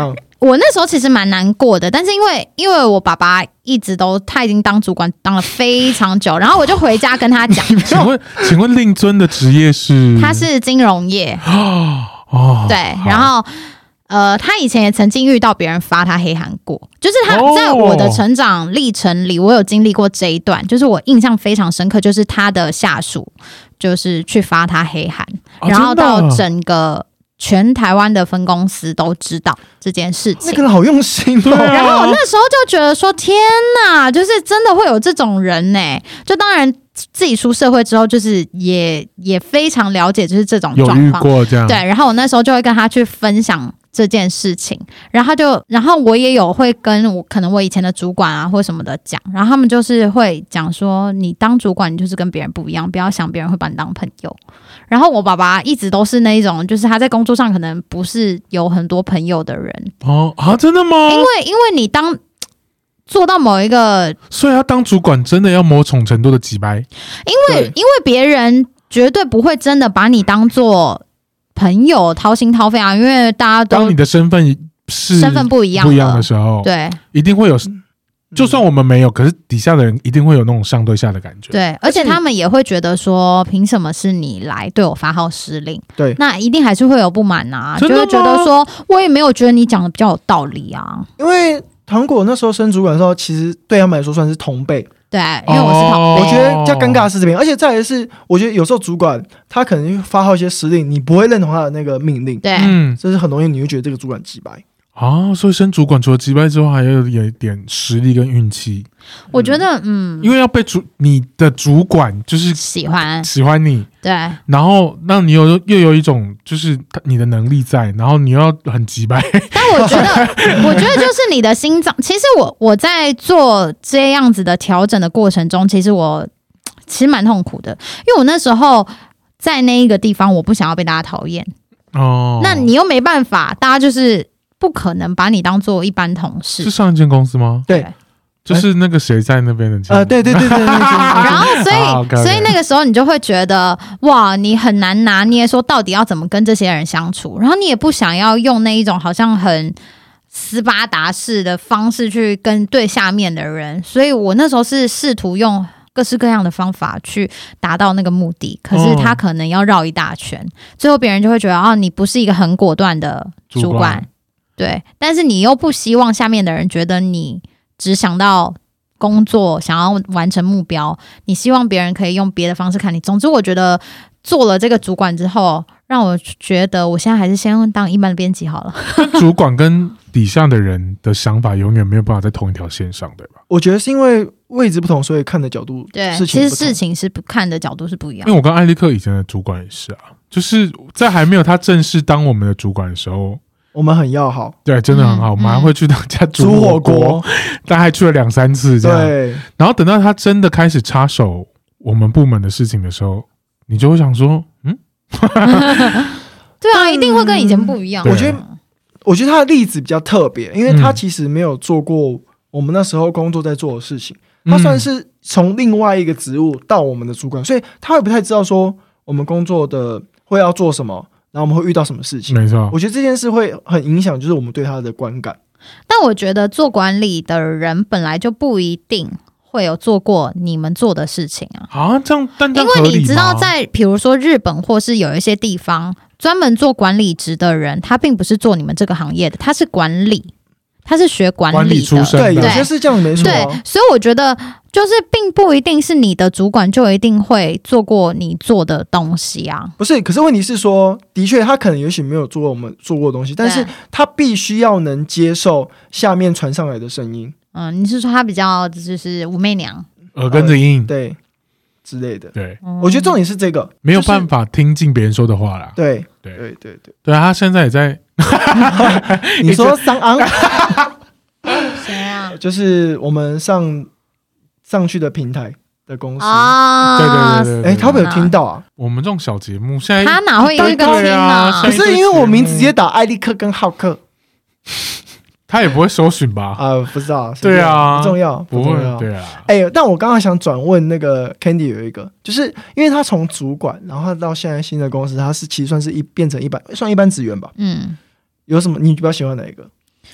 我那时候其实蛮难过的，但是因为因为我爸爸一直都他已经当主管当了非常久，然后我就回家跟他讲。 请问请问令尊的职业是？ 他是金融业哦， 对，然后呃，他以前也曾经遇到别人发他黑函过，就是他在我的成长历程里，我有经历过这一段，就是我印象非常深刻，就是他的下属就是去发他黑函， 哦、 然后到整个。全台湾的分公司都知道这件事情， 那个人好用心哦。 然后我那时候就觉得说，天哪，就是真的会有这种人呢、欸。就当然自己出社会之后，就是也也非常了解，就是这种状况。 有遇过这样。 对，然后我那时候就会跟他去分享这件事情，然后他就，然后我也有会跟我可能我以前的主管啊或什么的讲，然后他们就是会讲说，你当主管你就是跟别人不一样，不要想别人会把你当朋友。然后我爸爸一直都是那一种，就是他在工作上可能不是有很多朋友的人哦啊，真的吗？ 因为因为你当做到某一个， 所以他当主管真的要某种程度的几掰， 因为因为别人绝对不会真的把你当做朋友掏心掏肺啊，因为大家都当你的身份是身份不一样不一样的时候， 对， 一定会有。就算我们没有，可是底下的人一定会有那种上对下的感觉。 对，而且他们也会觉得说，凭什么是你来对我发号施令？ 对， 那一定还是会有不满啊，就会觉得说，我也没有觉得你讲的比较有道理啊。 因为糖果那时候升主管的时候，其实对他们来说算是同辈。 对，因为我是同辈， 我觉得比较尴尬的是这边，而且再来是，我觉得有时候主管他可能发号一些施令，你不会认同他的那个命令， 对， 嗯，这是很容易你会觉得这个主管鸡掰。 哦，所以升主管除了击败之后，还要有一点实力跟运气。 我觉得，嗯， 因为要被主你的主管就是喜欢喜欢你， 对， 然后让你有又有一种就是你的能力在，然后你又要很击败。 但我觉得，我觉得就是你的心脏。其实我我在做这样子的调整的过程中，其实我其实蛮痛苦的，因为我那时候在那一个地方，我不想要被大家讨厌。哦，那你又没办法，大家就是不可能把你当做一般同事。 是上一间公司吗？ 对， 就是那个谁在那边的呃，对对对对对。 然后所以、 oh, okay, okay. 所以那个时候你就会觉得哇，你很难拿捏说到底要怎么跟这些人相处，然后你也不想要用那一种好像很斯巴达式的方式去跟对下面的人，所以我那时候是试图用各式各样的方法去达到那个目的，可是他可能要绕一大圈，哦、最后别人就会觉得哦，你不是一个很果断的主管，主管对，但是你又不希望下面的人觉得你只想到工作，想要完成目标，你希望别人可以用别的方式看你。总之，我觉得做了这个主管之后，让我觉得我现在还是先当一般的编辑好了。 主管跟底下的人的想法永远没有办法在同一条线上，对吧？ 我觉得是因为位置不同，所以看的角度对， 事情其实事情是不看的角度是不一样的。 因为我跟艾利克以前的主管也是啊，就是在还没有他正式当我们的主管的时候。 我们很要好， 对，真的很好。嗯、我们还会去他家煮火锅，但还去了两三次这样。 对， 然后等到他真的开始插手我们部门的事情的时候，你就会想说，嗯， 对啊，一定会跟以前不一样。 我觉得，我觉得他的例子比较特别，因为他其实没有做过我们那时候工作在做的事情，嗯、他算是从另外一个职务到我们的主管，所以他也不太知道说我们工作的会要做什么。然后我们会遇到什么事情？ 没错， 我觉得这件事会很影响，就是我们对他的观感。 但我觉得做管理的人本来就不一定会有做过你们做的事情啊。 啊，这样，但因为你知道在，在比如说日本或是有一些地方，专门做管理职的人，他并不是做你们这个行业的，他是管理，他是学管理的， 管理出身的， 对，有些是这样没错、啊。 对，所以我觉得。就是并不一定是你的主管就一定会做过你做的东西啊， 不是？可是问题是说，的确他可能也许没有做过我们做过的东西，但是他必须要能接受下面传上来的声音。 嗯，你是说他比较就是武媚娘， 耳根子硬、 呃，对之类的。 对， 我觉得重点是这个， 没有办法听进别人说的话啦。 对对对对对， 对啊，他现在也在。 你说桑昂？ 谁啊？ 就是我们上。上去的平台的公司啊， 对对对对， 哎，他会有听到啊？ 我们这种小节目，现在他哪会有一个听啊？ 不是因为我名字直接打艾利克跟浩克， 他也不会搜寻吧？ 啊，不知道。 对啊， 不重要，不重要。 对啊。 哎，但我刚刚想转问那个 Candy 有一个，就是因为他从主管，然后他到现在新的公司，他是其实算是一变成一般算一般职员吧？ 嗯， 有什么你比较喜欢哪一个？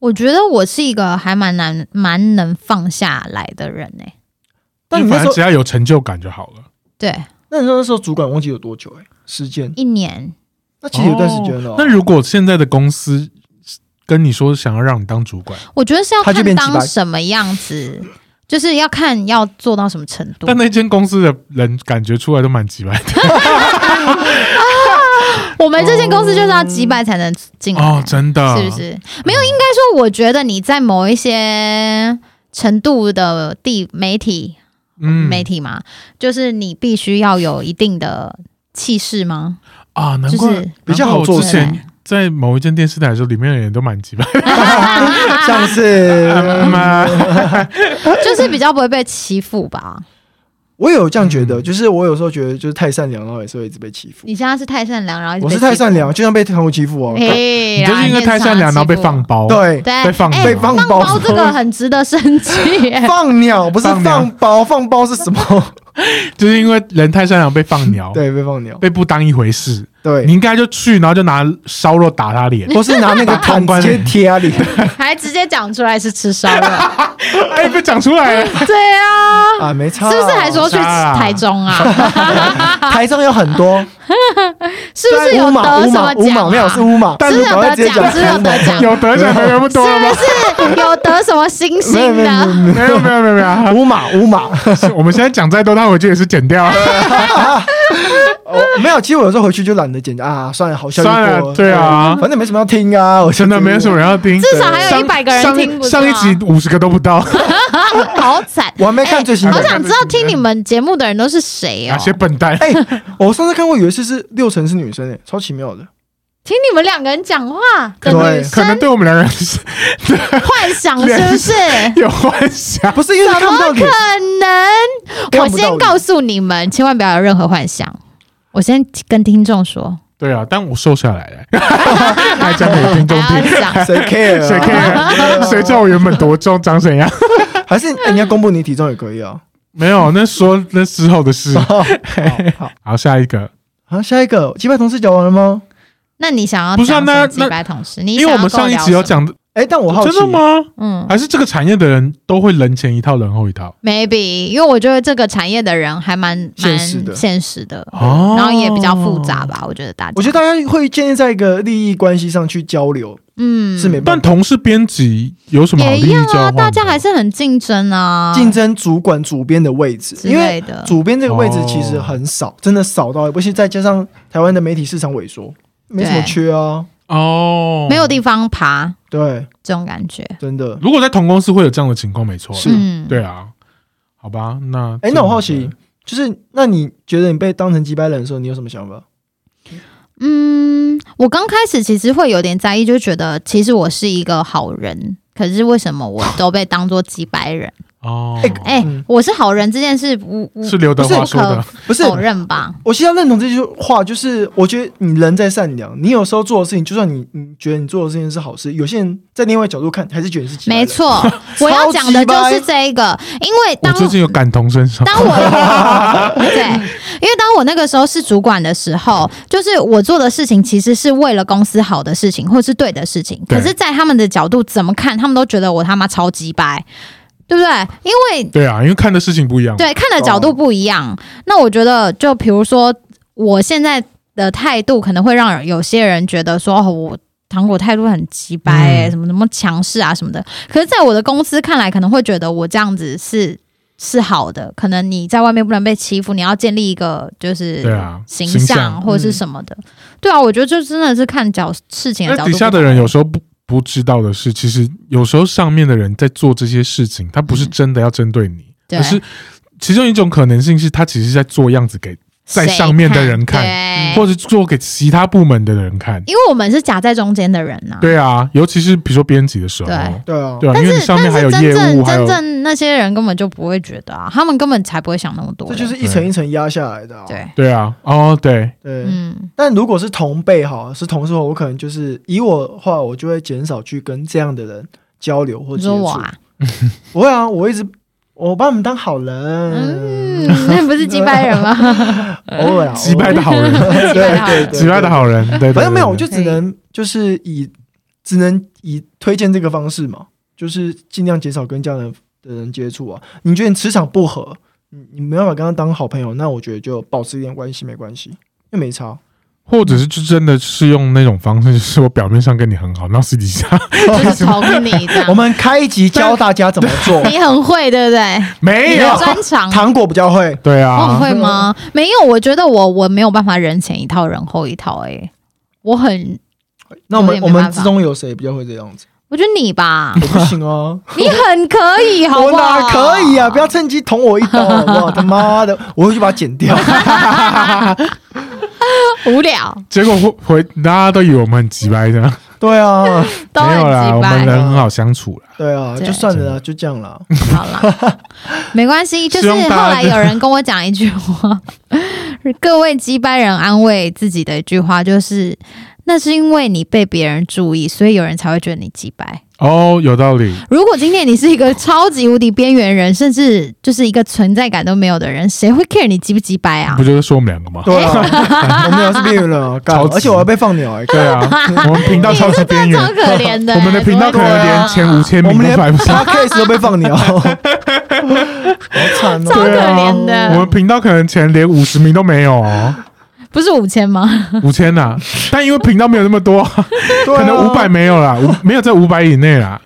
我觉得我是一个还蛮难蛮能放下来的人哎、欸。 但你反正只要有成就感就好了。 对。 那你说那时候主管忘记有多久哎、欸？时间一年。 那其实有段时间了、哦。 那如果现在的公司跟你说想要让你当主管， 我觉得是要看当什么样子，就是要看要做到什么程度。 但那间公司的人感觉出来都蛮几百的。 我们这间公司就是要几百才能进来哦，真的是不是？没有，应该说，我觉得你在某一些程度的地媒体，嗯，媒体嘛，就是你必须要有一定的气势吗？ 啊，难怪、就是、 比较好做。 之前在某一间电视台的时候，里面的人都蛮鸡掰， 像是就是比较不会被欺负吧。 我有这样觉得，嗯、就是我有时候觉得就是太善良，然后也是会一直被欺负。 你现在是太善良，然后一直被我是太善良，就像被同学欺负哦。 你就是因为太善良，然后被放包， 对， 对被放欸、 被放包，放包这个很值得生气。 放鸟不是放包，放包是什么？ 就是因为人太善良被放鸟， 对，被放鸟， 被不当一回事。 对， 你应该就去，然后就拿烧肉打他脸， 或是拿那个炭直接贴他脸， 还直接讲出来是吃烧肉， 哎，被讲出来了。 对啊， 啊，没差， 是不是还说去台中啊？ 台中有很多， 是不是有得什么奖？ 乌马没有是乌马， 是不是有得奖？是有得奖？ 有得奖的人不多了吗？ 是不是有得什么星星的？ 没有没有没有没有， 乌马乌马， 我们现在讲再多，他回去也是剪掉。 哦，没有，其实我有时候回去就懒得剪啊，算了，好笑就过了。 算了，对啊， 反正没什么要听啊，我真的没有什么人要听， 至少还有一百个人听不。 上一集五十个都不到， 好惨！ 我还没看最新的。 好想知道听你们节目的人都是谁哦？ 哪些笨蛋？ 哎，我上次看过有一次是六成是女生，哎，超奇妙的。 听你们两个人讲话的女生， 可能对我们两个人幻想是不是？ 有幻想？ 不是因为看不到脸， 怎么可能？我先告诉你们，千万不要有任何幻想。我先跟听众说， 对啊，但我瘦下来了，还讲给听众听， 谁 care？ 谁 care？ 谁知道我原本多重，长怎样？ 还是你要公布你体重也可以啊？ 没有，那说那之后的事。 好， 好，下一个， 好，下一个，击败同事讲完了吗？ 那你想要不是啊？那击败同事，你因为我们上一集有讲的。 哎，但我好奇， 真的吗？ 嗯， 还是这个产业的人都会人前一套，人后一套 ？Maybe， 因为我觉得这个产业的人还蛮现实的， 现实的， 哦， 然后也比较复杂吧。我觉得大家， 我觉得大家会建立在一个利益关系上去交流，嗯，是没办法。 但同事编辑有什么好利益交换的？ 啊，大家还是很竞争啊， 竞争主管、主编的位置， 因为主编这个位置其实很少，哦、真的少到，而且再加上台湾的媒体市场萎缩，没什么缺啊。 哦， 没有地方爬， 对， 这种感觉真的。 如果在同公司会有这样的情况，没错， 是， 对啊，好吧，那哎，那我好奇，就是那你觉得你被当成击败人的时候，你有什么想法？ 嗯，我刚开始其实会有点在意，就觉得其实我是一个好人，可是为什么我都被当作击败人？ 哦， 哎、欸嗯，我是好人这件事不是刘德华说的， 不是否认吧？ 我现在认同这句话，就是我觉得你人在善良，你有时候做的事情，就算你你觉得你做的事情是好事，有些人在另外角度看，还是觉得是没错。我要讲的就是这一个，因为当我最近有感同身受。 当我对，因为当我那个时候是主管的时候，就是我做的事情其实是为了公司好的事情，或是对的事情，可是，在他们的角度怎么看，他们都觉得我他妈超鸡掰。对不对？因为对啊，因为看的事情不一样， 对，看的角度不一样。哦、那我觉得，就比如说，我现在的态度可能会让有些人觉得说，哦、我糖果态度很鸡掰，哎，什么什么强势啊什么的。可是，在我的公司看来，可能会觉得我这样子是是好的。可能你在外面不能被欺负，你要建立一个就是形象, 形象或者是什么的。嗯、对啊，我觉得就真的是看角事情的角度。 底下的人有时候不。不知道的是，其实有时候上面的人在做这些事情，他不是真的要针对你，嗯、而是其中一种可能性是他其实是在做样子给在上面的人看，或者做给其他部门的人看。 因为我们是夹在中间的人呐、啊。 对啊，尤其是比如说编辑的时候， 对对啊， 对啊，因为上面还有业务， 真正那些人根本就不会觉得啊，他们根本才不会想那么多。 这就是一层一层压下来的、啊。 对对啊，哦对对，嗯。但如果是同辈哈，是同事的话，我可能就是以我的话，我就会减少去跟这样的人交流或接触。 你说我啊？ 不会啊，我一直。我把你们当好人， 嗯，那不是击败人吗？ 偶尔击败的好人， 对对， 击败的好人，对， 反正没有，我就只能就是以只能以推荐这个方式嘛，就是尽量减少跟这样的的人接触啊。你觉得你磁场不合，你你没办法跟他当好朋友，那我觉得就保持一点关系没关系，又没差。 或者是就真的是用那种方式，就是我表面上跟你很好，然后私底下就是宠你这样。 我们开一集教大家怎么做。 你很会，对不对？ 没有专长， 糖果比较会。 对啊， 我很会吗？没有，我觉得我我没有办法人前一套人后一套、欸，哎，我很。 那我们我们之中有谁比较会这样子？ 我觉得你吧， 我不行啊。 你很可以，好不好？ 我哪可以啊！不要趁机捅我一刀，好不好？他妈的，我会去把它剪掉。 无聊， 结果回回大家都以为我们很急掰的。 对啊， 没有啦，我们人很好相处啦。 对啊，就算了啦，就这样啦。 好啦，没关系。就是后来有人跟我讲一句话，各位鸡掰人安慰自己的一句话，就是那是因为你被别人注意，所以有人才会觉得你鸡掰。 哦，有道理。 如果今天你是一个超级无敌边缘人，甚至就是一个存在感都没有的人，谁会 care 你鸡不鸡掰啊？ 不就是说我们两个吗？ 对啊，我们俩是边缘人啊，而且我要被放鸟哎、欸。 对啊，我们频道超级边缘， 超可怜的、欸。 我们的频道可能连前五千名都排不上， 我们连 podcast 都被放鸟，好惨哦、 超可怜的、 啊。我们频道可能前连五十名都没有哦。 不是五千吗？ 五千呐，但因为频道没有那么多，可能五百没有啦，没有在五百以内啦。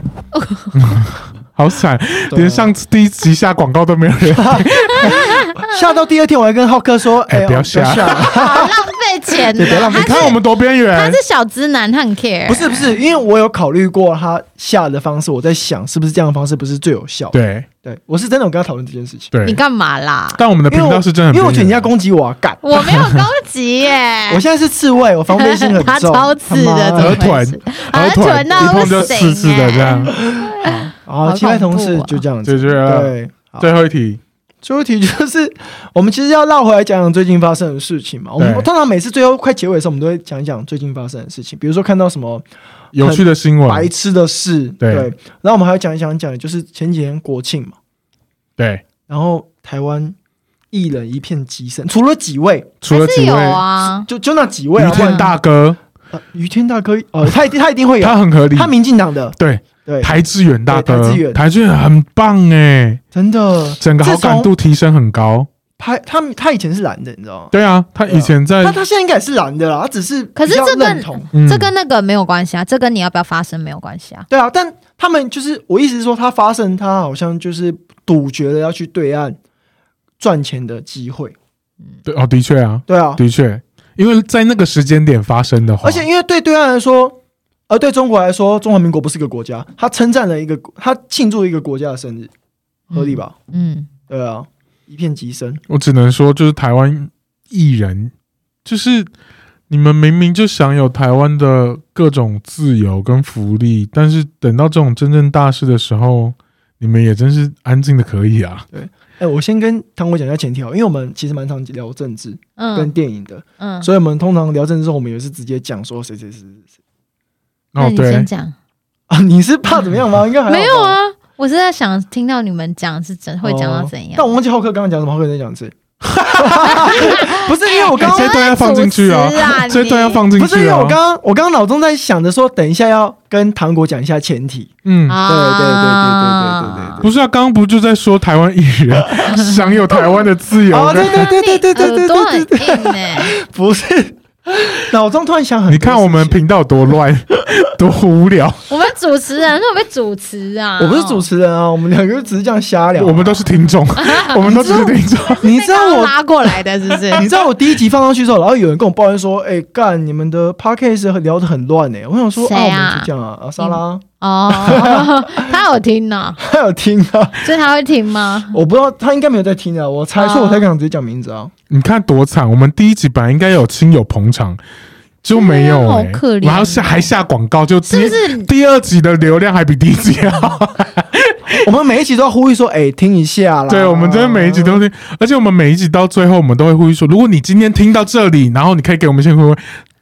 好惨，连上次第一集下广告都没有人。 下到第二天，我还跟浩克说：“哎、欸， 不要下， 好浪费钱的。” 你看我们多边缘， 他是小资男，他很 care。 不是不是，因为我有考虑过他下的方式，我在想是不是这样的方式不是最有效。 对对，我是真的有跟他讨论这件事情。 对， 你干嘛啦？ 但我们的频道是真的， 因为我觉得你要攻击我啊，干！ 我没有攻击耶， 我现在是刺猬，我防备心很重。 他超刺的， 河豚，河豚一碰就刺刺的这样。 啊，其他同事就这样子。对， 最后一题。 最后一题就是，我们其实要绕回来讲讲最近发生的事情嘛。我们通常每次最后快结尾的时候，我们都会讲一讲最近发生的事情，比如说看到什么有趣的新闻、 白痴的事， 对。 对然后我们还要讲一讲讲，就是前几天国庆嘛， 对。 然后台湾艺人一片鸡声，除了几位， 除了几位啊， 就就那几位。 于天大哥， 呃，于天大哥，哦，他一定他一定会有， 他很合理， 他民进党的， 对。 对， 台志远大哥， 台志远， 台志远很棒哎， 真的， 整个好感度提升很高。 他他他以前是蓝的，你知道吗？ 对啊，他以前在， 他他现在应该也是蓝的啦，他只是可是这跟、 嗯、 这跟那个没有关系啊，这跟你要不要发声没有关系啊。 对啊，但他们就是我意思是说，他发声，他好像就是杜绝了要去对岸赚钱的机会。 对哦，的确啊， 对啊， 的确，因为在那个时间点发生的话， 而且因为对对岸来说。而对中国来说，中华民国不是个国家，他称赞了一个，他庆祝一个国家的生日，合理吧？ 嗯， 对啊，一片鸡声。 我只能说，就是台湾艺人，就是你们明明就享有台湾的各种自由跟福利，但是等到这种真正大事的时候，你们也真是安静的可以啊。 对，哎、欸，我先跟唐国讲一下前提，因为我们其实蛮常聊政治跟电影的，嗯，所以我们通常聊政治之后，我们也是直接讲说谁谁谁谁谁。 那你先讲啊？你是怕怎么样吗？应该还好吧。 没有啊，我是在想听到你们讲是真会讲到怎样。 哦、但我忘记浩克刚刚讲什么，浩克再讲一次。不是因为我刚刚、 欸、这段要放进去啊，这段要放进去、啊。 不是因为我刚刚我刚刚脑中在想着说，等一下要跟唐国讲一下前提。嗯，对对对对对对对对。 不是啊，刚刚不就在说台湾艺人享有台湾的自由？ 哦，对对对对对对对对对对对， 不是。脑中突然想很多， 你看我们频道多乱，多无聊。 我们主持人是我们主持啊， 我不是主持人啊，我们两个只是这样瞎聊、啊。 我们都是听众，我们都只是听众。 你知道我拉过来的是不是？ 你知道我第一集放上去之后，然后有人跟我抱怨说：“哎、欸，干你们的 podcast 聊得很乱哎、欸。”我想说啊，我们就这样啊，啊，莎拉。 哦，他有听呢、啊， 他有听啊， 所以他会听吗？ 我不知道，他应该没有在听啊，我猜，所以我才敢直接讲名字啊。 你看多惨！我们第一集本来应该有亲友捧场，就没有、欸， 好可怜。 然后下还下广告，就第是不是第二集的流量还比第一集好。 我们每一集都要呼吁说，哎、欸，听一下啦。 对，我们真的每一集都听，而且我们每一集到最后，我们都会呼吁说，如果你今天听到这里，然后你可以给我们一些回馈。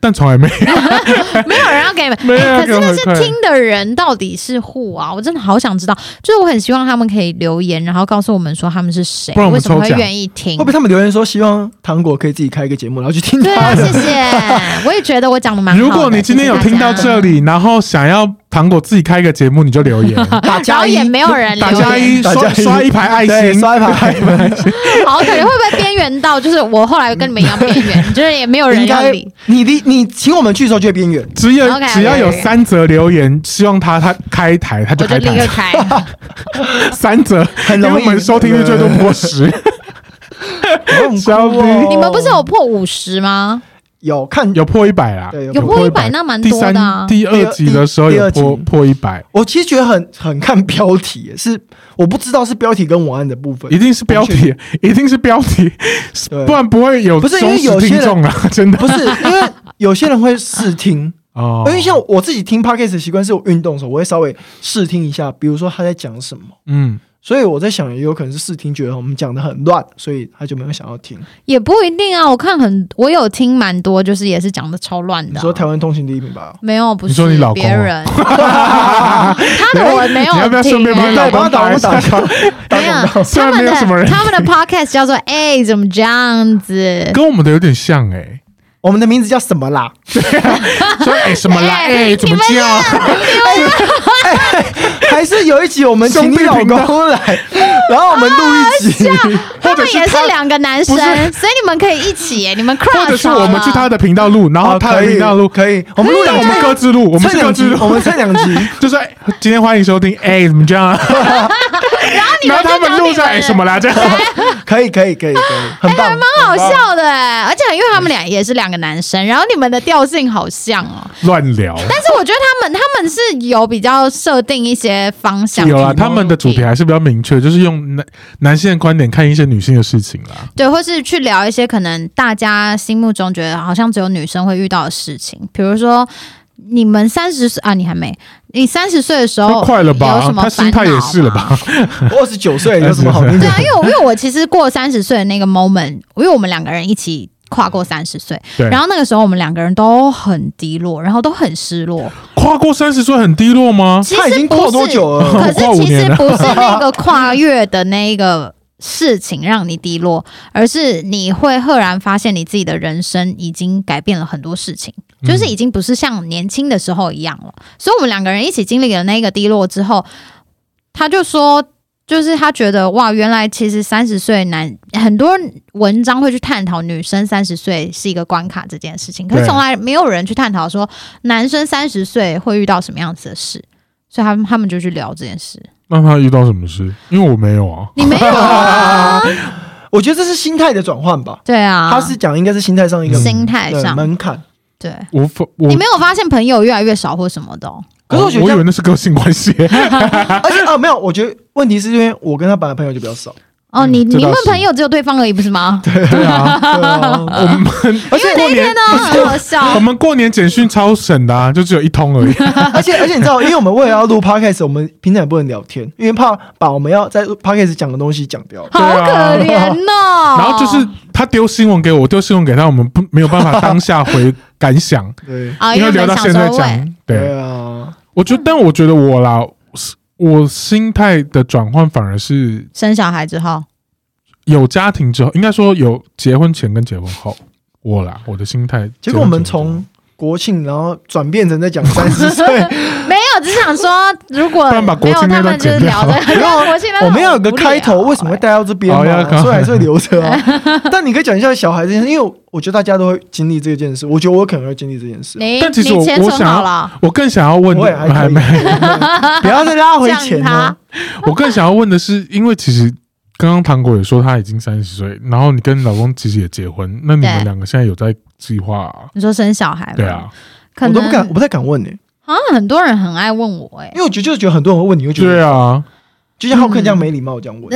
但从来没有没有人要给你们。 没有人要给我可回馈。 是那些听的人到底是户啊？我真的好想知道。就是我很希望他们可以留言，然后告诉我们说他们是谁， 不然我们为什么会抽奖愿意听。 会不会他们留言说希望糖果可以自己开一个节目，然后去听对啊， 他的？ 谢谢。我也觉得我讲的蛮好的。 如果你今天有听到这里，然后想要糖果自己开一个节目，你就留言， 打加一， 然后也没有人留言， 打加一，刷刷一排爱心， 刷一排爱心。 好可怜，会不会边缘到就是我后来跟你们一样边缘，就是也没有人要理你理你请我们去的时候就会边缘， 只有 okay, 只要有三则留言，希望他他开一台，他就开台， 我就立刻开。 三则， 很容易， 因为我们收听率最多破十。 小弟， 你们不是有破五十吗？ 有看有破一百啦， 有破一百，那蛮多的啊。 第二集的时候有破破一百， 我其实觉得很很看标题，是我不知道是标题跟文案的部分， 一定是标题，一定是标题，不然不会有忠实听众啊，真的不是因为有些人会试听哦，因为像我自己听 podcast 的习惯是我运动的时候我会稍微试听一下，比如说他在讲什么，嗯。所以我在想，也有可能是试听觉得我们讲的很乱，所以他就没有想要听。也不一定啊，我看很，我有听蛮多，就是也是讲的超乱的、啊。 你说台湾通勤第一名吧？ 没有，不是。 你说你老公、啊？ 别人。他的我没有听、欸。 你要不要顺便帮你老公打一下？ 没有，他们的他们的 podcast 叫做哎、欸，怎么这样子？ 跟我们的有点像哎、欸。 我们的名字叫什么啦？ 对啊，说哎、欸、什么啦？哎、欸、怎么叫？ 哎、还是有一集我们请你老公来，然后我们录一集， 或者是也是两个男生，所以你们可以一起耶，你们 cross， 或者是我们去他的频道录，然后他的频道录可以， 我们录两，我们各自录，我们是各自录， 我们蹭两集， 就说今天欢迎收听，哎、欸、怎么这样？ 然后你们然后他们录在哎、欸、什么啦？这样可以可以可以可以，很棒， 还蛮好笑的哎，而且因为他们俩也是两个男生，然后你们的调性好像哦， 乱聊。 但是我觉得他们他们是有比较设定一些方向， 有啦，他们的主题还是比较明确，就是用男男性的观点看一些女性的事情啦， 对，或是去聊一些可能大家心目中觉得好像只有女生会遇到的事情，比如说你们三十岁啊，你还没，你三十岁的时候快了吧？ 有什么他心态也是了吧？ 我二十九岁有什么好听的？ 对啊，因为我因为我其实过三十岁的那个 moment， 因为我们两个人一起跨过三十岁，然后那个时候我们两个人都很低落，然后都很失落。 跨过三十岁很低落吗？ 他已经跨多久了？ 可是其实不是那个跨越的那个事情让你低落，而是你会赫然发现你自己的人生已经改变了很多事情，就是已经不是像年轻的时候一样了。所以我们两个人一起经历了那个低落之后，他就说，就是他觉得哇，原来其实三十岁男很多文章会去探讨女生三十岁是一个关卡这件事情，可是从来没有人去探讨说男生三十岁会遇到什么样子的事，所以他们他们就去聊这件事。 那他遇到什么事？因为我没有啊， 你没有啊？ 我觉得这是心态的转换吧。 对啊， 他是讲应该是心态上一个心态上门槛。 对， 我我你没有发现朋友越来越少或什么的、哦？ 可是我觉得、 哦、我以为那是个性关系， 而且啊没有，我觉得问题是因为我跟他本来朋友就比较少。 哦，你你问朋友只有对方而已，不是吗？ 对啊，对啊，我们而且那天呢很好笑， 我们过年简讯超省的啊，就只有一通而已。 而且而且你知道，因为我们为了要录 podcast， 我们平常也不能聊天，因为怕把我们要在 podcast 讲的东西讲掉。 好可怜哦。 然后就是他丢新闻给我，我丢新闻给他，我们不没有办法当下回感想， 对， 因为聊到现在讲， 对啊。 我觉得，但我觉得我啦。我心态的转换反而是生小孩之后， 有家庭之后，应该说有结婚前跟结婚后，我啦，我的心态。 结果我们从国庆，然后转变成在讲三十岁， 没有，只想说，如果不然把国庆那段剪掉， 没有国庆那段， 我们要有个开头，为什么会带到这边嘛？所以还是会留着啊。但你可以讲一下小孩这件事，因为我觉得大家都会经历这件事，我觉得我可能会经历这件事。 但其实我我想要，我更想要问， 我也还没，不要再拉回钱了。 我更想要问的是，因为其实刚刚糖果也说他已经三十岁，然后你跟老公其实也结婚，那你们两个现在有在计划、啊？ 你说生小孩？ 对啊， 我都不敢，我不太敢问呢、欸。 好像很多人很爱问我哎、欸， 因为我觉得就是觉得很多人会问你，会觉得对啊， 就像浩克这样没礼貌这样问，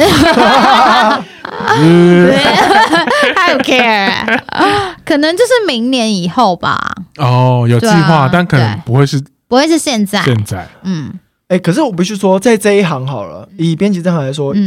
他有 care， 可能就是明年以后吧。 哦，有计划、啊，但可能不会是不会是现在， 现在， 嗯，哎、欸，可是我必须说，在这一行好了，以编辑这行来说，嗯，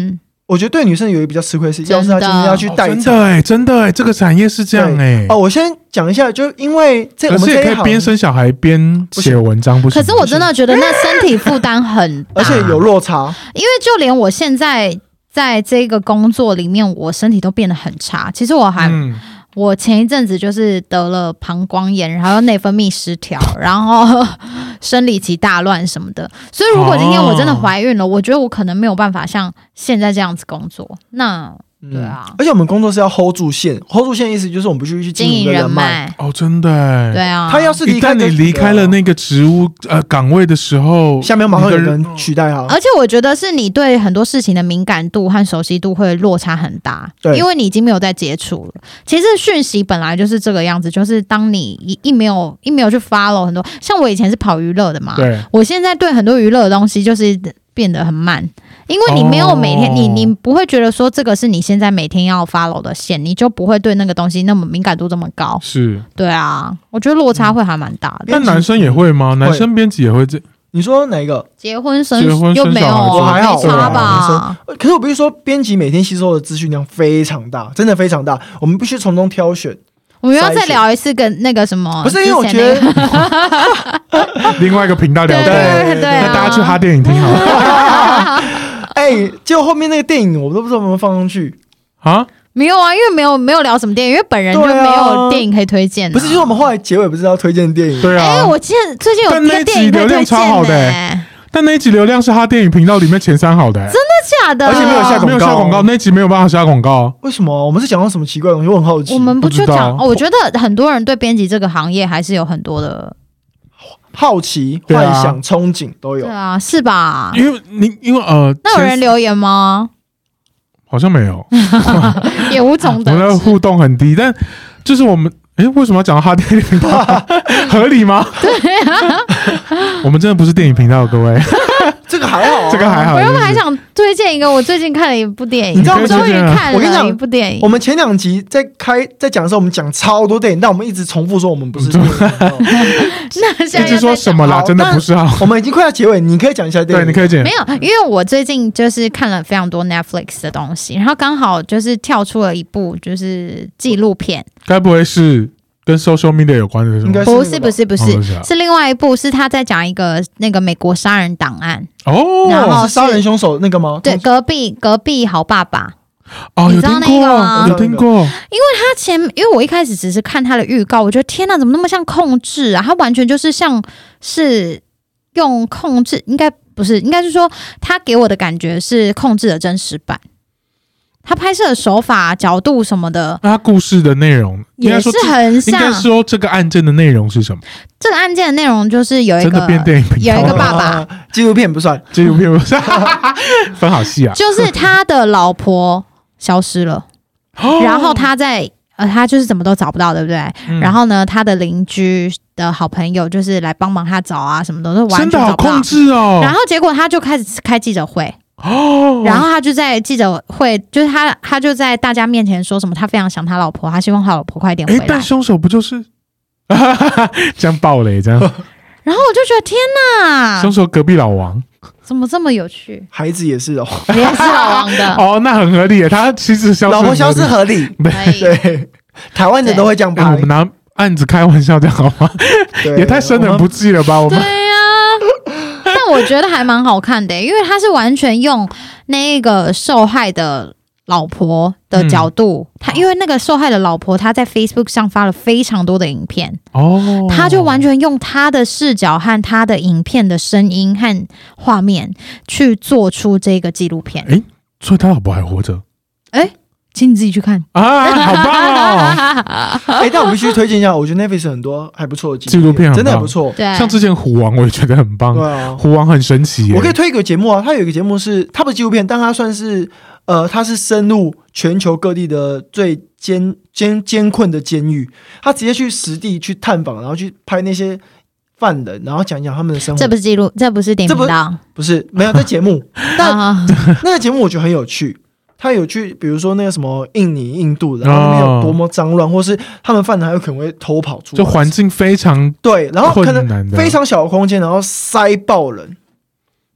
我觉得对女生有一个比较吃亏是，要是她今天要去代餐，真的哎，真的哎，这个产业是这样哎。 哦，我先讲一下，就因为这我们这一行可是也可以边生小孩边写文章，不行？ 可是我真的觉得那身体负担很大， 而且有落差， 因为就连我现在在这个工作里面，我身体都变得很差。其实我还。嗯我前一阵子就是得了膀胱炎，然后内分泌失调，然后生理期大乱什么的。所以如果今天我真的怀孕了，我觉得我可能没有办法像现在这样子工作。那对啊、 嗯，而且我们工作是要 hold 住线 ，hold 住线意思就是我们必须去经营人脉。 哦，真的耶， 对啊。 他要是离开一旦你离开了那个职务呃岗位的时候， 下面马上有人取代他。 而且我觉得是你对很多事情的敏感度和熟悉度会落差很大， 对， 因为你已经没有在接触了。其实讯息本来就是这个样子，就是当你一一没有一没有去 follow 很多，像我以前是跑娱乐的嘛， 对， 我现在对很多娱乐的东西就是变得很慢。因为你没有每天，哦、你你不会觉得说这个是你现在每天要 follow 的线，你就不会对那个东西那么敏感度这么高。 是， 对啊，我觉得落差会还蛮大的。 但男生也会吗？男生编辑也会这？ 你说哪一个？ 结婚生结婚又没有， 我还好， 没差吧？ 可是我必须说，编辑每天吸收的资讯量非常大，真的非常大，我们必须从中挑选。 我们要再聊一次跟那个什么？ 不是因为我觉得另外一个频道聊的， 对对， 那大家去哈电影听好了。 哎，结果后面那个电影我都不知道有没有放上去啊？ 没有啊，因为没有没有聊什么电影，因为本人就没有电影可以推荐、啊。 不是，就是我们后来结尾不是要推荐电影？ 对啊。 哎、欸，我记得最近有一个电影可以推荐呢、欸。 但那一集流量是哈电影频道里面前三好的、欸， 真的假的？ 而且没有下广告， 没有下广告，那一集没有办法下广告。 为什么？我们是讲到什么奇怪的东西？我很好奇。 我们不就讲、哦？我觉得很多人对编辑这个行业还是有很多的好奇、幻想、憧憬都有。 对啊，是吧？ 因为你因为呃， 那有人留言吗？ 好像没有， 也无从得知。 我们的互动很低，但就是我们。哎，为什么要讲到哈电影频道？合理吗？ 对啊， 我们真的不是电影频道，各位。 这个还好、啊， 这个还好。 我原本还想推荐一个，我最近看了一部电影， 你知道我终于看了一部电影。 我们前两集在开在讲的时候，我们讲超多电影，但我们一直重复说我们不是电影频道。 那现在一直说什么啦？真的不是啊。 我们已经快要结尾，你可以讲一下电影。 对，你可以讲。 没有，因为我最近就是看了非常多 Netflix 的东西，然后刚好就是跳出了一部就是纪录片。 该不会是？跟 social media 有关的是吗？ 不是不是不是，哦、是另外一部，是他在讲一个那个美国杀人档案哦， 然后是杀人凶手那个吗？ 对，隔壁隔壁好爸爸哦， 你知道那个吗？ 有听过，因为他前，因为我一开始只是看他的预告，我觉得天哪，怎么那么像控制啊？他完全就是像是用控制，应该不是，应该是说他给我的感觉是控制的真实版。他拍摄的手法、角度什么的， 那他故事的内容也是很像。 应该说这个案件的内容是什么？ 这个案件的内容就是有一个真的变电影频道有一个爸爸， 纪录片不算， 纪录片不算，分好细啊。 就是他的老婆消失了，然后他在呃，他就是怎么都找不到，对不对？嗯、然后呢，他的邻居的好朋友就是来帮忙他找啊，什么的都完全找不到。 真的好控制哦。 然后结果他就开始开记者会。哦，然后他就在记者会，就是他，他就在大家面前说什么，他非常想他老婆，他希望他老婆快点回来。 哎，但凶手不就是这样爆雷这样？ 然后我就觉得天哪， 凶手隔壁老王怎么这么有趣？ 孩子也是哦， 也是老王的哦，那很合理耶。他其实消失老婆消失合理，对，台湾人都会这样拍。 我们拿案子开玩笑这样好吗？也太生人不济了吧？我们对呀。但我觉得还蛮好看的，因为他是完全用那个受害的老婆的角度，嗯、他因为那个受害的老婆，他在 Facebook 上发了非常多的影片哦，他就完全用他的视角和他的影片的声音和画面去做出这个纪录片。 哎，所以他老婆还活着？ 哎。请你自己去看啊，好棒哦！ 哎，但我必须推荐一下，我觉得 Netflix 很多还不错的纪录片， 真的还不错。 对， 像之前虎王，我也觉得很棒。 对啊， 虎王很神奇耶。 我可以推一个节目啊，它有一个节目是它不是纪录片，但它算是呃，它是深入全球各地的最艰艰艰困的监狱，他直接去实地去探访，然后去拍那些犯人，然后讲讲他们的生活。 这不是记录，这不是电影频道， 不是没有这节目，但那个节目我觉得很有趣。他有去，比如说那个什么印尼、印度，然后那边有多么脏乱，哦、或是他们犯人还有可能会偷跑出来， 就环境非常对，然后可能非常小的空间，然后塞爆人，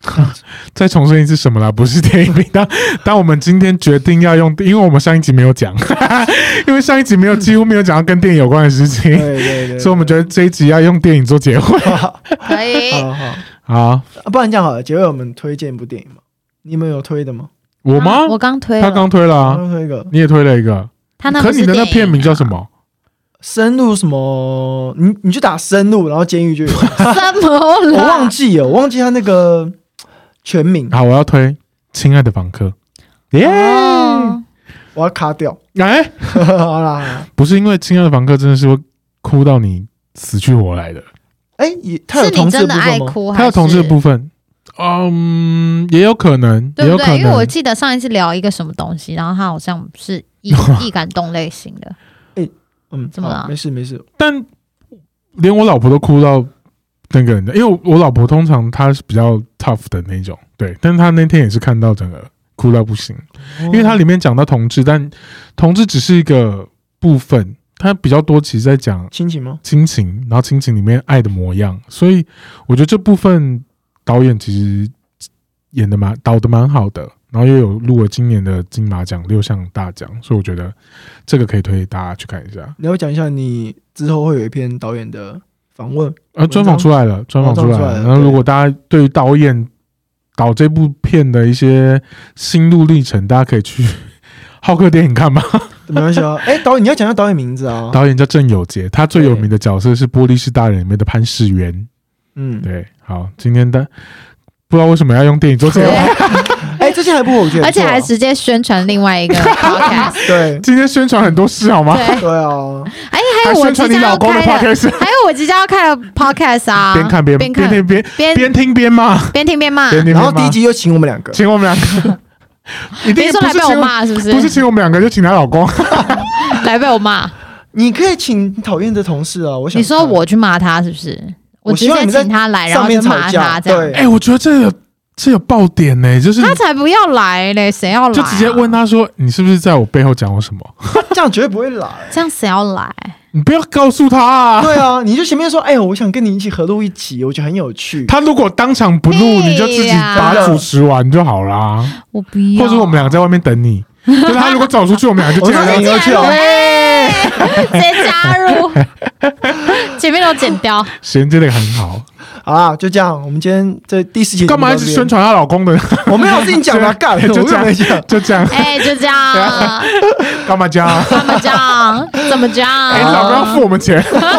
再重申一次什么啦？不是电影频道。但我们今天决定要用，因为我们上一集没有讲，因为上一集没有几乎没有讲到跟电影有关的事情， 对对 对, 对， 所以我们觉得这一集要用电影做结尾。 可以， 好好好， 不然这样好了，结尾我们推荐一部电影嘛？你们有推的吗？ 我吗？ 啊、我刚推了， 他刚推了、啊， 刚推一个， 你也推了一个。 他那可你的那片名叫什么？ 深入什么？你你去打深入，然后监狱就有。 什么？ 我忘记了，我忘记他那个全名。 好，我要推《亲爱的房客》。耶、yeah! 哦！ 我要卡掉。 哎， 好啦， 不是因为《亲爱的房客》真的是会哭到你死去活来的。 哎，他有同志的部分吗？ 他有同志的部分。嗯，也有可能， 对不对？ 也有可能， 因为我记得上一次聊一个什么东西，然后他好像是易易感动类型的。 哎，嗯， 怎么了？ 没事没事。 但连我老婆都哭到那个人的，因为我老婆通常她是比较 tough 的那种，对，但是她那天也是看到整个哭到不行，因为它里面讲到同志，但同志只是一个部分。它比较多，其实在讲亲情吗？ 亲情，然后亲情里面爱的模样，所以我觉得这部分导演其实演的蛮导的蛮好的，然后又有录了今年的金马奖六项大奖，所以我觉得这个可以推给大家去看一下。 你要讲一下，你之后会有一篇导演的访问， 呃，专访出来了，专访出来了。然后如果大家对于导演导这部片的一些心路历程，大家可以去浩克电影看吧。 没关系啊，哎，导演你要讲一下导演名字啊。 导演叫郑有杰，他最有名的角色是《玻璃是大人》里面的潘世元。 嗯， 对，好，今天的不知道为什么要用电影做结尾。 哎，这件还不错，我觉得， 而且还直接宣传另外一个 podcast。 对， 今天宣传很多事好吗？ 对对啊。 哎，还有我即将要开的 podcast， 还有我即将要开的 podcast 啊， 边看边边听边边边听边骂， 边听边骂。 然后第一集就请我们两个， 请我们两个。一定说来被我骂是不是？ 不是请我们两个，就请她老公来被我骂。 你可以请讨厌的同事啊，我想你说我去骂他是不是？我直接请他来，然后就骂他这样。 哎、欸，我觉得这有这有爆点呢、欸，就是他才不要来嘞，谁要来、啊？ 就直接问他说：“你是不是在我背后讲我什么？” 这样绝对不会来， 这样谁要来？ 你不要告诉他啊！ 对啊，你就前面说，哎、欸，我想跟你一起合录一集，我觉得很有趣。 他如果当场不录，你就自己把它主持完就好啦。 我不要， 或者我们两个在外面等你。就是他如果走出去，我们俩就进来了。 去直接加入，前面都剪掉， 衔接的很好。 好啦，就这样。我们今天这第四集干嘛一直宣传她老公的？ 我没有自己讲的，干就这样，就这样。 哎、欸，就这样。 干嘛这样？ 干嘛这样？怎么这样？ 哎、欸，老公要付我们钱。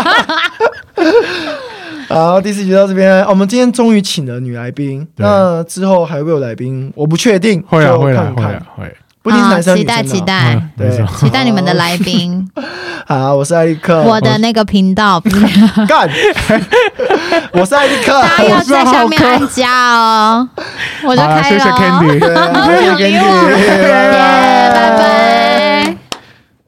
好，第四集到这边。我们今天终于请了女来宾，那之后还会有来宾，我不确定。 会啊，会啊，会啊，会。 不一定是男生期待期待， 嗯、 对， 期待你们的来宾。 好，我是艾利克， 我的那个频道干，我是艾利克， 大家要在下面按加哦，我就开了、哦， 谢谢 Candy， 谢谢 Candy， 拜拜。